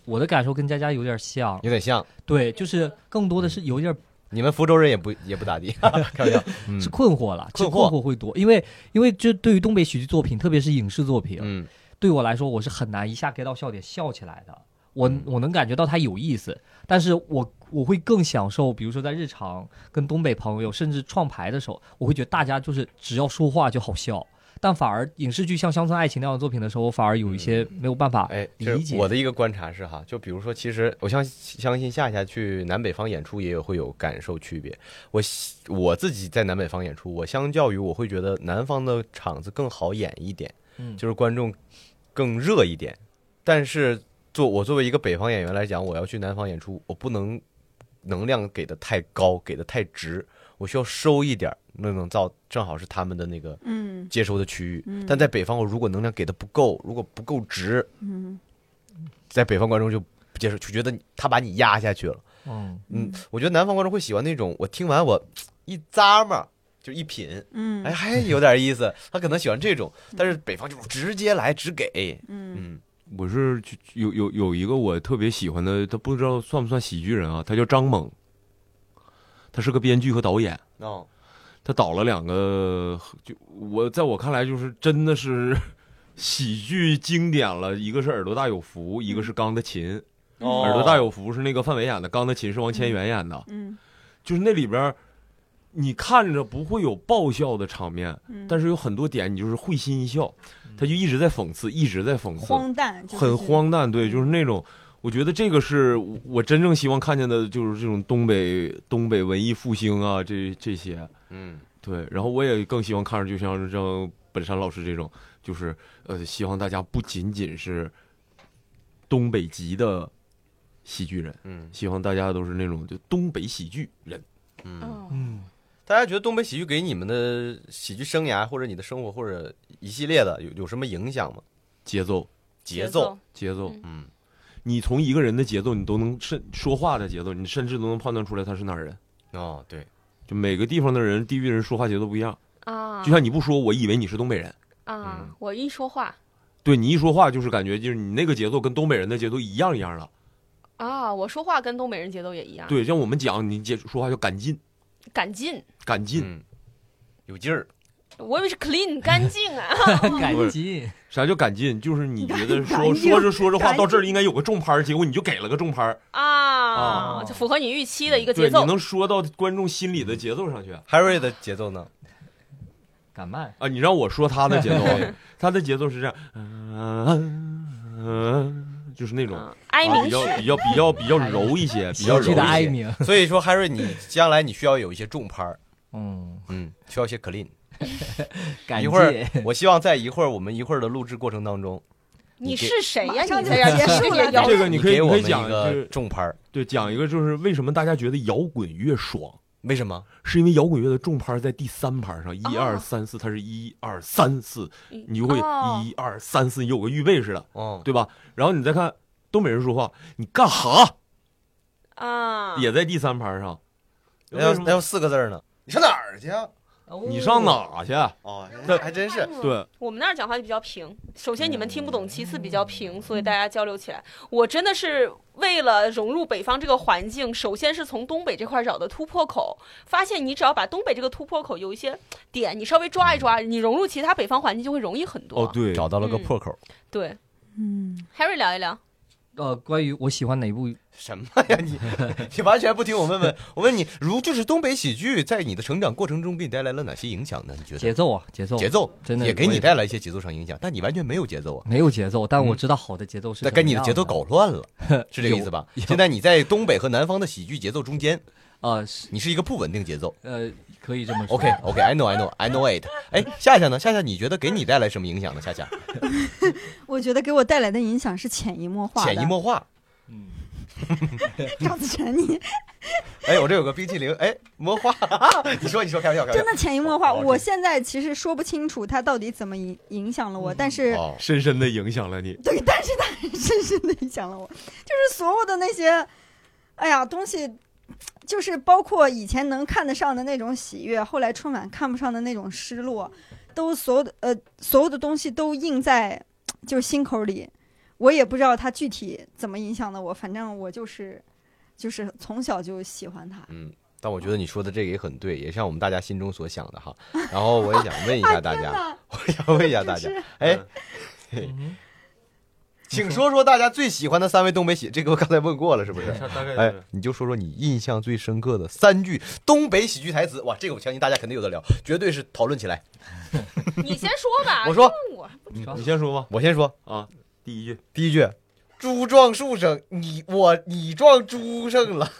S3: 我的感受跟佳佳有点像，
S1: 有点像，
S3: 对，就是更多的是有点。
S1: 你们福州人也不也不咋地，开玩笑，
S3: 嗯、是困惑了，
S1: 困
S3: 惑困惑会多，因为因为这对于东北喜剧作品，特别是影视作品，
S1: 嗯，
S3: 对我来说我是很难一下 get 到笑点笑起来的。我我能感觉到它有意思，但是我我会更享受，比如说在日常跟东北朋友甚至创牌的时候，我会觉得大家就是只要说话就好笑。但反而影视剧像《乡村爱情》那样的作品的时候，我反而有一些没有办法理解。
S1: 哎，我的一个观察是哈，就比如说，其实我相相信夏夏去南北方演出也会有感受区别。我我自己在南北方演出，我相较于我会觉得南方的场子更好演一点，嗯，就是观众更热一点。但是做我作为一个北方演员来讲，我要去南方演出，我不能能量给的太高，给的太直，我需要收一点。那能造正好是他们的那个接收的区域，嗯、但在北方，我如果能量给的不够，如果不够直，嗯，在北方观众就不接受，就觉得他把你压下去了。嗯嗯，我觉得南方观众会喜欢那种，我听完我一咂嘛，就一品，嗯，哎还有点意思，他可能喜欢这种，但是北方就直接来直给，嗯嗯，
S4: 我是有有有一个我特别喜欢的，他不知道算不算喜剧人啊，他叫张猛，他是个编剧和导演哦。他导了两个，就我在我看来就是真的是喜剧经典了。一个是《耳朵大有福》，一个是《钢的琴》。哦，耳朵大有福是那个范伟演的，《钢的琴》是王千源演的。嗯，就是那里边你看着不会有爆笑的场面，嗯、但是有很多点你就是会心一笑。他就一直在讽刺，一直在讽刺，
S5: 荒诞，就是、
S4: 很荒诞。对，就是那种。我觉得这个是我真正希望看见的，就是这种东北东北文艺复兴啊，这这些，嗯，对。然后我也更希望看着，就像像本山老师这种，就是呃，希望大家不仅仅是东北籍的喜剧人，嗯，希望大家都是那种就东北喜剧人，
S1: 嗯嗯。大家觉得东北喜剧给你们的喜剧生涯或者你的生活或者一系列的有有什么影响吗？
S4: 节奏，
S1: 节奏，
S4: 节奏，嗯。你从一个人的节奏，你都能甚说话的节奏，你甚至都能判断出来他是哪儿人。
S1: 哦，对，
S4: 就每个地方的人、地域人说话节奏不一样啊。就像你不说，我以为你是东北人
S2: 啊。嗯、我一说话，
S4: 对你一说话就是感觉就是你那个节奏跟东北人的节奏一样一样的。
S2: 啊，我说话跟东北人节奏也一样。
S4: 对，像我们讲你姐说话叫赶劲，
S2: 赶劲，
S4: 赶劲、
S1: 嗯，有劲儿。
S2: 我以为是 clean 干净啊，
S3: 赶劲，
S4: 啥叫赶劲？就是你觉得说说着说着话到这儿应该有个重拍，结果你就给了个重拍
S2: 啊，就符合你预期的一个节奏，
S4: 你能说到观众心里的节奏上去。
S1: Harry 的节奏呢？
S3: 赶慢
S4: 啊！你让我说他的节奏，他的节奏是这样，嗯嗯，就是那种
S2: 哀鸣，
S4: 比较比较比较比较柔一些，比较柔
S3: 的哀鸣。
S1: 所以说 Harry， 你将来你需要有一些重拍，嗯嗯，需要一些 clean。一会儿，我希望在一会儿我们一会儿的录制过程当中，
S2: 你是谁呀？
S5: 你在
S2: 这儿结束了，
S4: 这个你可以
S1: 给我们
S4: 讲
S1: 一个重拍，
S4: 对，讲一个就是为什么大家觉得摇滚乐爽？
S1: 为什么？
S4: 是因为摇滚乐的重拍在第三拍上，一二三四，它是一二三四，你就会一二三四，你有个预备似的，哦，对吧？然后你再看东北人说话，你干哈啊？也在第三拍上，
S1: 那要那要四个字呢？你上哪儿去啊？
S4: 你上哪去？
S1: 哦，这还真是。
S4: 对，
S2: 我们那儿讲话就比较平。首先你们听不懂，其次比较平，所以大家交流起来。我真的是为了融入北方这个环境，首先是从东北这块找的突破口，发现你只要把东北这个突破口有一些点，你稍微抓一抓，你融入其他北方环境就会容易很多。
S4: 哦，对，
S1: 找到了个破口。
S2: 嗯、对，
S5: 嗯
S2: ，Harry 聊一聊。
S3: 呃，关于我喜欢哪部
S1: 什么呀？你你完全不听我问问，我问你，如就是东北喜剧在你的成长过程中给你带来了哪些影响呢？你觉得
S3: 节奏啊，节奏，
S1: 节奏
S3: 真的
S1: 也给你带来一些节奏上影响，但你完全没有节奏啊，
S3: 没有节奏，但我知道好的节奏是
S1: 那、嗯、跟你的节奏搞乱了，是这个意思吧？现在你在东北和南方的喜剧节奏中间。啊、呃，你是一个不稳定节奏，
S3: 呃，可以这么说。
S1: OK OK，I、okay, know I know I know it。哎，夏夏呢？夏夏，你觉得给你带来什么影响呢？夏夏，
S5: 我觉得给我带来的影响是潜移默化的。
S1: 潜移默化。
S5: 嗯，赵子晨，你，
S1: 哎，我这有个冰淇淋，哎，魔化，你说，你说，开玩笑，开玩笑，
S5: 真的潜移默化。我现在其实说不清楚它到底怎么影影响了我，嗯、但是、
S4: 哦、深深的影响了你。
S5: 对，但是它深深的影响了我，就是所有的那些，哎呀，东西，就是包括以前能看得上的那种喜悦，后来春晚看不上的那种失落，都所有的呃所有的东西都印在就是心口里。 我也不知道他具体怎么影响的我，反正我就是就是从小就喜欢他。
S1: 嗯，但我觉得你说的这个也很对，也像我们大家心中所想的哈。然后我也想问一下大家，
S5: 啊、
S1: 我想问一下大家，哎。
S3: 嗯
S1: 请说说大家最喜欢的三位东北喜，这个我刚才问过了，是不是？
S4: 大概
S1: 哎，你就说说你印象最深刻的三句东北喜剧台词。哇，这个我相信大家肯定有的聊，绝对是讨论起来。
S2: 你先说吧。
S1: 我说，
S2: 我
S4: 你你先说吧，
S1: 我先说
S4: 啊。第一句，
S1: 第一句，猪撞树上，你我你撞猪上了。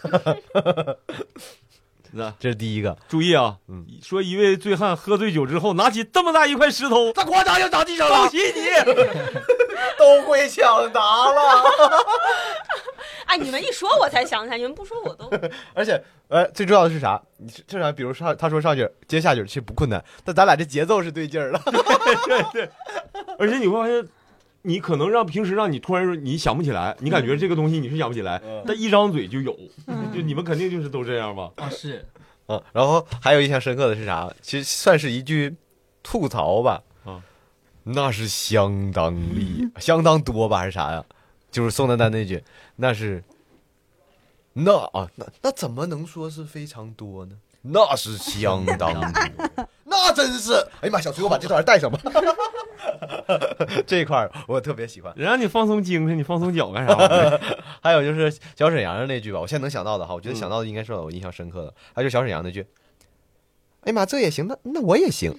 S4: 那
S1: 这是第一个，
S4: 注意啊，嗯，说一位醉汉喝醉酒之后，拿起这么大一块石头，
S1: 他咣当就砸地上了。
S4: 恭喜你，
S1: 都会抢答了。
S2: 哎，你们一说我才想起来，你们不说我都。
S1: 而且，呃，最重要的是啥？你正常，比如上他说上句接下句其实不困难，但咱俩这节奏是对劲儿了。
S4: 对对，而且你会发现。你可能让平时让你突然说你想不起来，你感觉这个东西你是想不起来，嗯、但一张嘴就有，嗯、就你们肯定就是都这样吧？
S3: 啊是，
S1: 嗯，然后还有印象深刻的是啥？其实算是一句吐槽吧，啊，那是相当厉，相当多吧还是啥呀？就是宋丹丹那句，那是那啊那那怎么能说是非常多呢？那是相当多，那真是，哎呀妈，小崔，我把这段带上吧。这一块我特别喜欢，
S4: 人让你放松精神，你放松脚干啥？
S1: 还有就是小沈阳的那句吧，我现在能想到的哈，我觉得想到的应该是我印象深刻的，还有就是小沈阳那句，哎呀妈，这也行，那那我也行。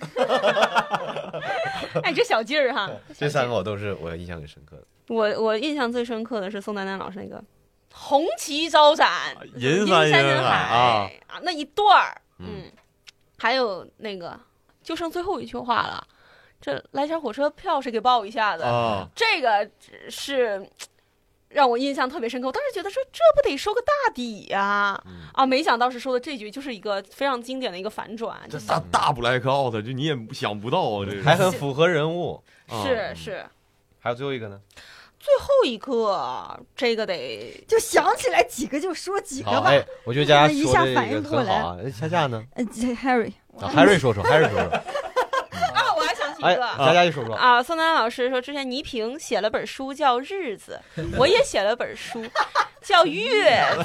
S2: 哎，这小劲儿哈，
S1: 这三个我都是我印象很深刻的。
S2: 我我印象最深刻的是宋丹丹老师那个红旗招展，
S4: 银山
S2: 人
S4: 海啊
S2: 啊那一段儿，嗯，还有那个就剩最后一句话了。这来钱火车票谁给报一下子？
S4: 啊、
S2: 这个是让我印象特别深刻。我当时觉得说这不得收个大底呀、啊嗯！啊，没想到是说的这句，就是一个非常经典的一个反转。
S4: 这大大 black out， 就你也想不到啊，这
S1: 还很符合人物。
S2: 是是。
S1: 还有最后一个呢？
S2: 最后一个，这个得
S5: 就想起来几个就说几个吧。
S1: 哎，我觉得佳佳
S5: 一下反应过来
S1: 啊。夏夏呢？
S5: 呃 ，Harry，
S1: 啊 ，Harry 说说，Harry 说说。
S2: 啊，我还想起一个，
S1: 佳佳就说说
S2: 啊。宋丹丹老师说，之前倪萍写了本书叫《日子》，我也写了本书叫《月子》。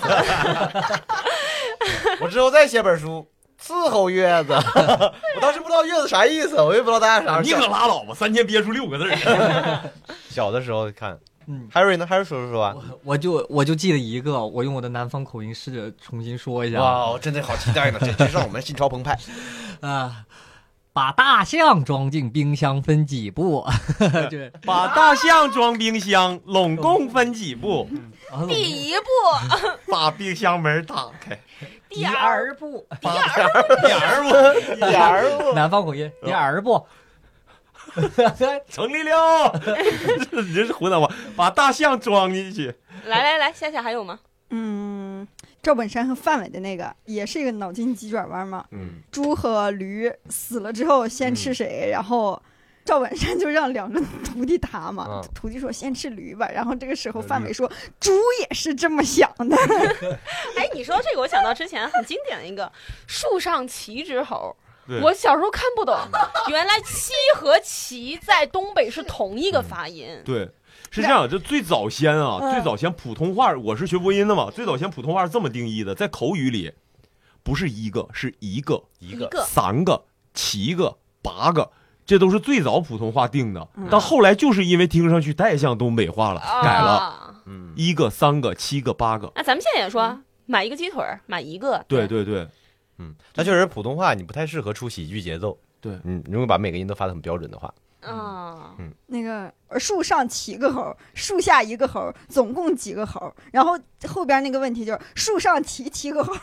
S1: 我之后再写本书。伺候月子，我当时不知道月子啥意思，我也不知道大家啥。
S4: 你可拉倒吧，三天憋出六个字儿。
S1: 小的时候看，嗯 ，Harry 呢？还是说说说啊？
S3: 我我就我就记得一个，我用我的南方口音试着重新说一下。
S1: 哇，真的好期待呢，这这让我们心潮澎湃
S3: 啊！把大象装进冰箱分几步？
S4: 对，把大象装冰箱，拢共分几步？
S2: 第一步，
S4: 把冰箱门打开。
S2: 第二步，
S3: 第
S2: 二
S4: 步，第二步，
S1: 第二步，
S3: 南方口音，第二步，
S4: 成立了。你这是湖南话，把大象装进去。
S2: 来来来，夏夏还有吗？
S5: 嗯，赵本山和范伟的那个也是一个脑筋急转弯嘛。
S4: 嗯，
S5: 猪和驴死了之后先吃谁？嗯、然后赵本山就让两个徒弟答嘛，嗯、徒弟说先吃驴吧。然后这个时候范伟说，猪也是这么想的。
S2: 哎，你说这个，我想到之前很经典的一个树上骑只猴。我小时候看不懂，原来七和骑在东北是同一个发音。
S4: 嗯、对。是这样，这最早先啊，嗯、最早先普通话，我是学播音的嘛，最早先普通话是这么定义的，在口语里，不是一个，是一个，
S1: 一个，
S4: 三个，七个，八个，这都是最早普通话定的。嗯、但后来就是因为听上去太像东北话了，
S2: 啊、
S4: 改了，嗯，一个、三个、七个、八个。
S2: 那咱们现在也说，嗯、买一个鸡腿买一个。
S4: 对对对，
S1: 嗯，那确实普通话你不太适合出喜剧节奏。
S4: 对，
S1: 嗯，如果把每个音都发得很标准的话。
S2: 啊，
S5: 嗯，那个树上骑个猴，树下一个猴，总共几个猴？然后后边那个问题就是树上骑七个猴，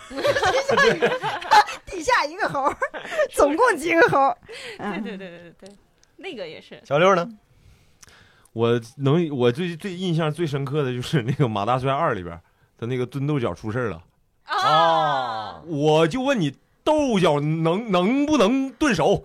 S5: 底下一个猴，总共几个猴？
S2: 对对对对对对，那个也是。
S1: 小六呢？
S4: 我能，我最最印象最深刻的就是那个《马大帅二》里边的那个炖豆角出事了
S2: 啊！
S4: 我就问你，豆角能能不能炖熟？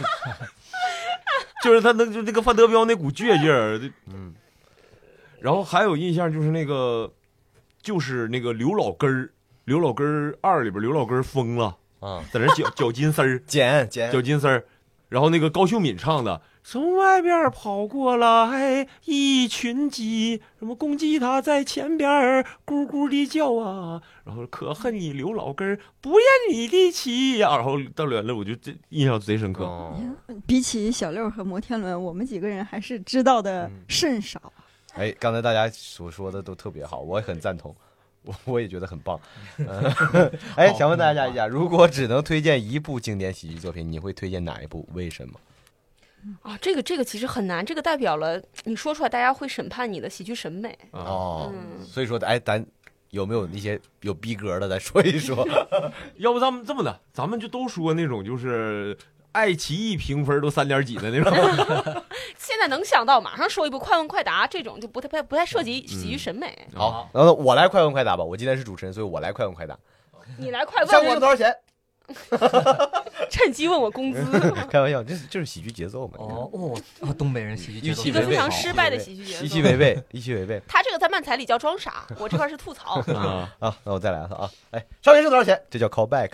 S4: 就是他那就那个范德彪那股倔劲儿，嗯，然后还有印象就是那个，就是那个刘老根儿，刘老根儿二里边刘老根儿疯了啊，在那绞绞金丝儿，
S1: 捡捡
S4: 绞金丝儿， 然后那个高秀敏唱的，从外边跑过来一群鸡，什么公鸡它在前边咕咕地叫啊，然后可恨你刘老根不厌你的气呀，然后到了了，我就这印象贼深刻。
S1: 哦、
S5: 比起小六和摩天轮，我们几个人还是知道的甚少。
S1: 嗯、哎，刚才大家所说的都特别好，我也很赞同。我我也觉得很棒，嗯、哎，想问大家一下，如果只能推荐一部经典喜剧作品，你会推荐哪一部？为什么？
S2: 啊，这个这个其实很难，这个代表了你说出来，大家会审判你的喜剧审美。
S1: 哦，
S2: 嗯、
S1: 所以说，哎，咱有没有一些有逼格的，咱说一说？
S4: 要不咱们这么的，咱们就都说那种就是爱奇艺评分都三点几的那种。
S2: 现在能想到，马上说一部《快问快答》，这种就不太不太涉及喜剧审美。
S1: 嗯、好，然后我来快问快答吧，我今天是主持人，所以我来快问快答。
S2: 你来快问
S1: 上我多少钱？
S2: 趁机问我工资。
S1: 开玩笑，这是这是喜剧节奏嘛？
S3: 哦哦哦，东北人喜剧节奏
S2: 一个非常失败的喜剧节奏，
S1: 一期违背，一期违背。
S2: 他这个在漫才里叫装傻，我这块是吐槽。
S1: 啊啊，那我再来一次啊！哎，上元是多少钱？这叫 call back。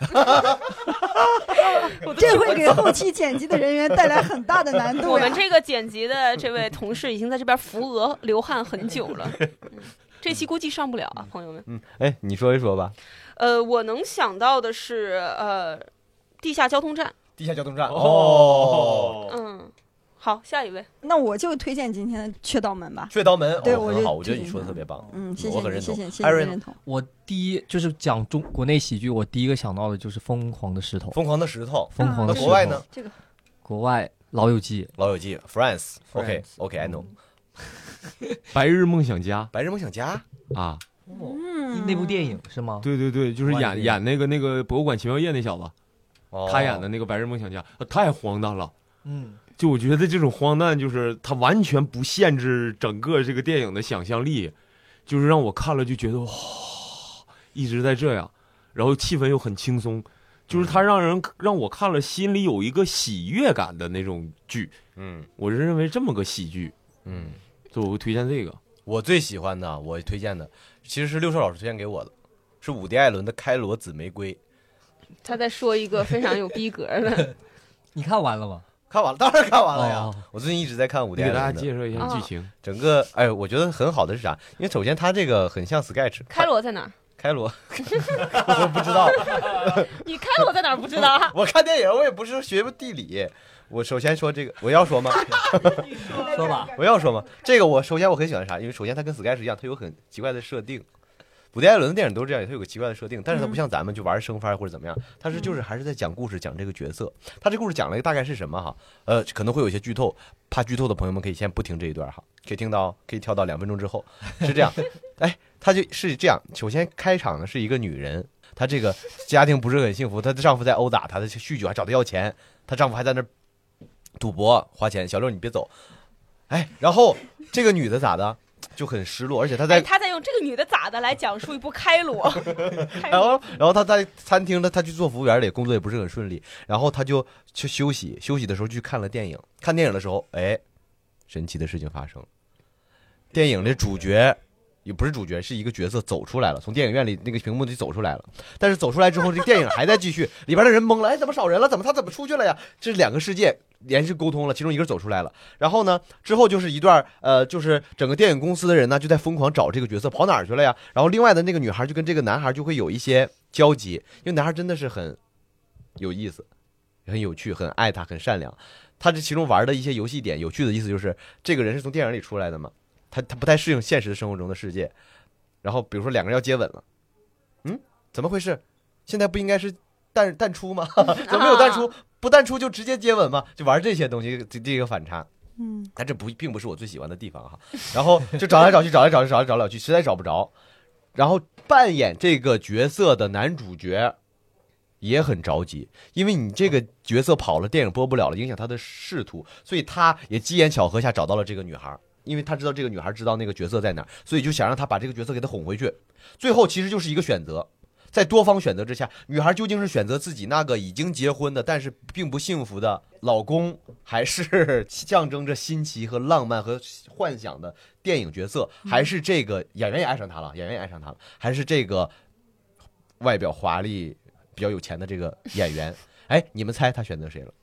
S5: 这会给后期剪辑的人员带来很大的难度。
S2: 我们这个剪辑的这位同事已经在这边扶额流汗很久了，嗯、这期估计上不了啊，朋友们。
S1: 嗯，哎，你说一说吧。
S2: 呃，我能想到的是，呃，地下交通站。
S1: 地下交通站。
S4: 哦。
S2: 嗯，好，下一位。
S5: 那我就推荐今天的雀刀门吧。
S1: 雀刀门，
S5: 对，
S1: 哦、
S5: 我
S1: 很好，我觉得你说的特别棒。
S5: 嗯，谢谢你，
S1: 我很认同。
S5: 谢谢，谢谢认同。
S3: 我第一就是讲中国内喜剧，我第一个想到的就是《疯狂的石头》。
S1: 疯狂的石头，
S3: 疯狂的石头。
S1: 那国外呢？
S5: 这个
S3: 国外《老友记》。
S1: 老友记 ，Friends。OK，OK，I know。
S4: 白日梦想家，
S1: 白日梦想家
S4: 啊。
S5: 嗯，
S3: 那部电影是吗？
S4: 对对对，就是演演那个那个博物馆奇妙夜那小子，
S1: 哦、
S4: 他演的那个白日梦想家，太荒诞了。
S3: 嗯，
S4: 就我觉得这种荒诞，就是他完全不限制整个这个电影的想象力，就是让我看了就觉得哇，一直在这样，然后气氛又很轻松，就是他让人让我看了心里有一个喜悦感的那种剧。
S1: 嗯，
S4: 我是认为这么个喜剧，
S1: 嗯，
S4: 所以我会推荐这个。
S1: 我最喜欢的，我推荐的其实是六兽老师推荐给我的，是伍迪·艾伦的《开罗紫玫瑰》。
S2: 他在说一个非常有逼格的。
S3: 你看完了吗？
S1: 看完了，当然看完了呀。
S3: 哦、
S1: 我最近一直在看伍迪·艾伦的。
S4: 给大家介绍一下剧情。
S2: 哦、
S1: 整个哎，我觉得很好的是啥？因为首先他这个很像 sketch。
S2: 开罗在哪儿？
S1: 开罗，我不知道。
S2: 你开罗在哪儿不知道？
S1: 我看电影，我也不是学地理。我首先说这个，我要说吗？
S3: 说吧，
S1: 我要说吗？这个我首先我很喜欢啥？因为首先它跟 sketch 一样，它有很奇怪的设定。伍迪·艾伦的电影都是这样，它有个奇怪的设定，但是它不像咱们就玩生番或者怎么样，它是就是还是在讲故事，讲这个角色。他这故事讲了一个大概是什么哈？呃，可能会有一些剧透，怕剧透的朋友们可以先不听这一段哈，可以听到可以跳到两分钟之后，是这样。哎，他就是这样。首先开场的是一个女人，她这个家庭不是很幸福，她的丈夫在殴打她，的酗酒还找她要钱，她丈夫还在那赌博花钱。小六你别走，哎，然后这个女的咋的？就很失落，而且他在、
S2: 哎、他在用这个女的咋的来讲述一部开罗，开罗
S1: 然后然后他在餐厅他他去做服务员里，工作也不是很顺利，然后他就去休息，休息的时候去看了电影，看电影的时候，哎，神奇的事情发生了，电影的主角也不是主角，是一个角色走出来了，从电影院里那个屏幕里走出来了，但是走出来之后，这个电影还在继续，里边的人懵了，哎，怎么少人了？怎么他怎么出去了呀？这是两个世界连续沟通了，其中一个走出来了，然后呢，之后就是一段呃，就是整个电影公司的人呢就在疯狂找这个角色跑哪儿去了呀？然后另外的那个女孩就跟这个男孩就会有一些交集，因为男孩真的是很有意思，很有趣，很爱他，很善良。他这其中玩的一些游戏点，有趣的意思就是这个人是从电影里出来的嘛。他他不太适应现实生活中的世界，然后比如说两个人要接吻了，嗯，怎么回事？现在不应该是淡淡出吗？怎么没有淡出？不淡出就直接接吻吗？就玩这些东西，这这个反差。
S5: 嗯，
S1: 但这不并不是我最喜欢的地方哈。然后就找来找去，找来找去，找来找来找去，实在找不着。然后扮演这个角色的男主角也很着急，因为你这个角色跑了，电影播不了了，影响他的仕途，所以他也机缘巧合下找到了这个女孩。因为他知道这个女孩知道那个角色在哪儿，所以就想让他把这个角色给他哄回去。最后其实就是一个选择，在多方选择之下，女孩究竟是选择自己那个已经结婚的但是并不幸福的老公，还是象征着新奇和浪漫和幻想的电影角色，还是这个演员也爱上他了，演员也爱上他了，还是这个外表华丽比较有钱的这个演员？哎，你们猜他选择谁了？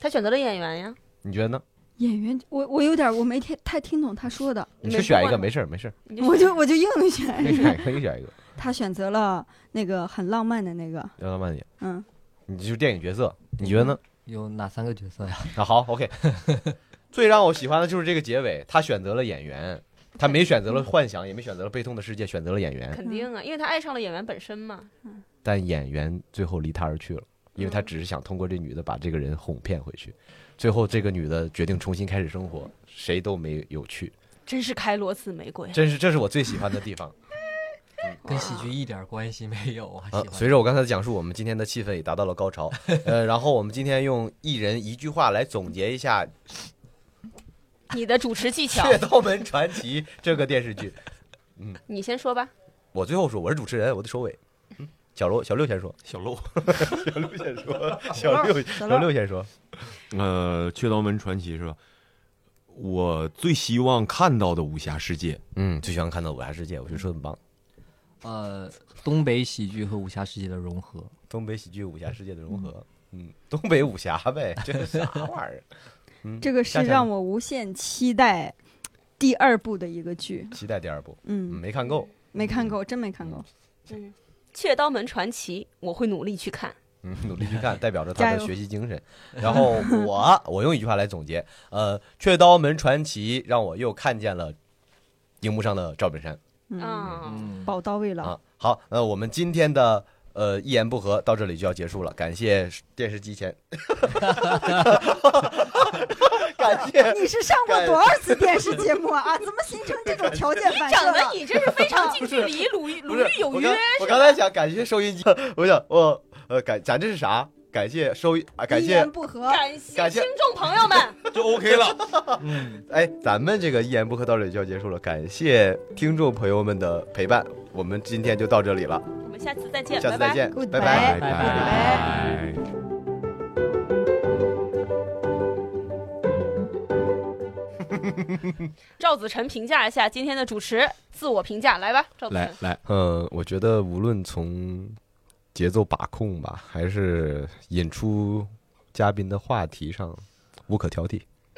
S2: 他选择了演员呀。
S1: 你觉得呢？
S5: 演员，我我有点我没听太听懂他说的。
S1: 你是选一个，没事没事。
S5: 我就我就硬选。
S1: 没事，可以选一个。
S5: 他选择了那个很浪漫的那个。
S1: 浪漫点。
S5: 嗯。
S1: 你就是电影角色，你觉得呢？
S3: 有哪三个角色呀？
S1: 啊，好 ，OK。最让我喜欢的就是这个结尾，他选择了演员，他没选择了幻想，也没选择了悲痛的世界，选择了演员。
S2: 肯定啊，因为他爱上了演员本身嘛。
S1: 但演员最后离他而去了，因为他只是想通过这女的把这个人哄骗回去。最后这个女的决定重新开始生活，谁都没有去。
S2: 真是开罗斯玫瑰，
S1: 真是这是我最喜欢的地方。
S3: 嗯、跟喜剧一点关系没有啊！
S1: 啊随着我刚才的讲述，我们今天的气氛也达到了高潮。呃，然后我们今天用一人一句话来总结一下
S2: 你的主持技巧，
S1: 《雀刀门传奇》这个电视剧。
S2: 嗯，你先说吧。
S1: 我最后说，我是主持人，我的收尾。嗯，小六，小六先说。
S4: 小六，
S1: 小六先说。小六，小六先说。
S4: 呃，《雀刀门传奇》是吧？我最希望看到的武侠世界，
S1: 嗯，最希望看到武侠世界，我觉得说的很棒。
S3: 呃，东北喜剧和武侠世界的融合，
S1: 东北喜剧武侠世界的融合，嗯，东北武侠呗，这是啥玩意儿？
S5: 嗯，这个是让我无限期待第二部的一个剧，
S1: 期待第二部，
S5: 嗯，
S1: 没看够，
S5: 没看够，真没看够。
S2: 嗯，《雀刀门传奇》我会努力去看，
S1: 嗯，努力去看，代表着他的学习精神。然后我，我用一句话来总结，呃，《雀刀门传奇》让我又看见了荧幕上的赵本山。
S2: 嗯，
S5: 宝到位了
S1: 啊！好，那我们今天的呃一言不合到这里就要结束了，感谢电视机前，感谢
S5: 你是上过多少次电视节目啊？怎么形成这种条件反射？
S2: 长得你这是非常近距离，鲁鲁豫有约。
S1: 我刚才想感谢收音机，我想我呃感咱这是啥？感谢收啊，感谢一
S5: 言不合，
S2: 感谢听众朋友们，
S4: 就 OK 了。
S1: 嗯，哎，咱们这个一言不合到这里就要结束了，感谢听众朋友们的陪伴，我们今天就到这里了，
S2: 我们下次再见，
S1: 下次再见，
S5: 拜
S1: 拜
S5: 拜，拜拜。
S2: 赵子晨评价一下今天的主持，自我评价来吧，赵子晨。
S4: 来来，
S1: 嗯，我觉得无论从节奏把控吧，还是引出嘉宾的话题上，无可挑剔。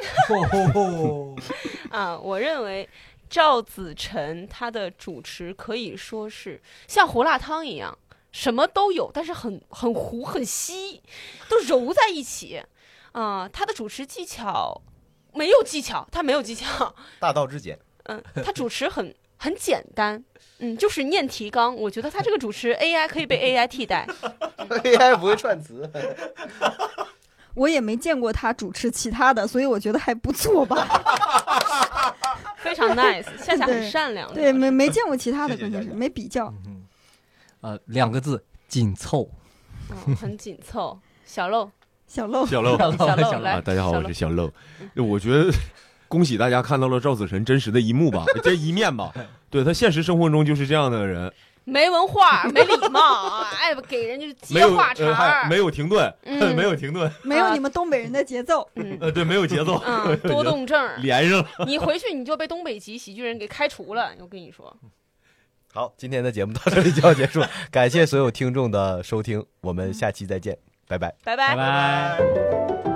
S2: 啊，我认为赵子晨他的主持可以说是像胡辣汤一样，什么都有，但是很很糊很稀，都揉在一起。啊、呃，他的主持技巧没有技巧，他没有技巧，
S1: 大道至简。
S2: 嗯，他主持很很简单。嗯，就是念提纲，我觉得他这个主持 A I 可以被 A I 替代
S1: ，A I 不会串词。
S5: 我也没见过他主持其他的，所以我觉得还不错吧。
S2: 非常 nice， 夏夏很善良。
S5: 对，没没见过其他的，关键是没比较。
S3: 嗯、呃，两个字，紧凑。
S2: 嗯，很紧凑。小漏，
S5: 小漏，
S4: 小漏，
S2: 小漏，来，
S4: 啊，大家好，我是小漏。我觉得。恭喜大家看到了赵子晨真实的一幕吧，这一面吧，对他现实生活中就是这样的人，
S2: 没文化，没礼貌，哎，给人就是接话茬、
S4: 呃，没有停顿，嗯、没有停顿，
S5: 没有你们东北人的节奏，
S2: 嗯，
S4: 呃，对，没有节奏，
S2: 嗯，多动症
S4: 连上了，
S2: 你回去你就被东北籍喜剧人给开除了，我跟你说。
S1: 好，今天的节目到这里就要结束，感谢所有听众的收听，我们下期再见，拜拜，
S2: 拜拜，
S3: 拜拜。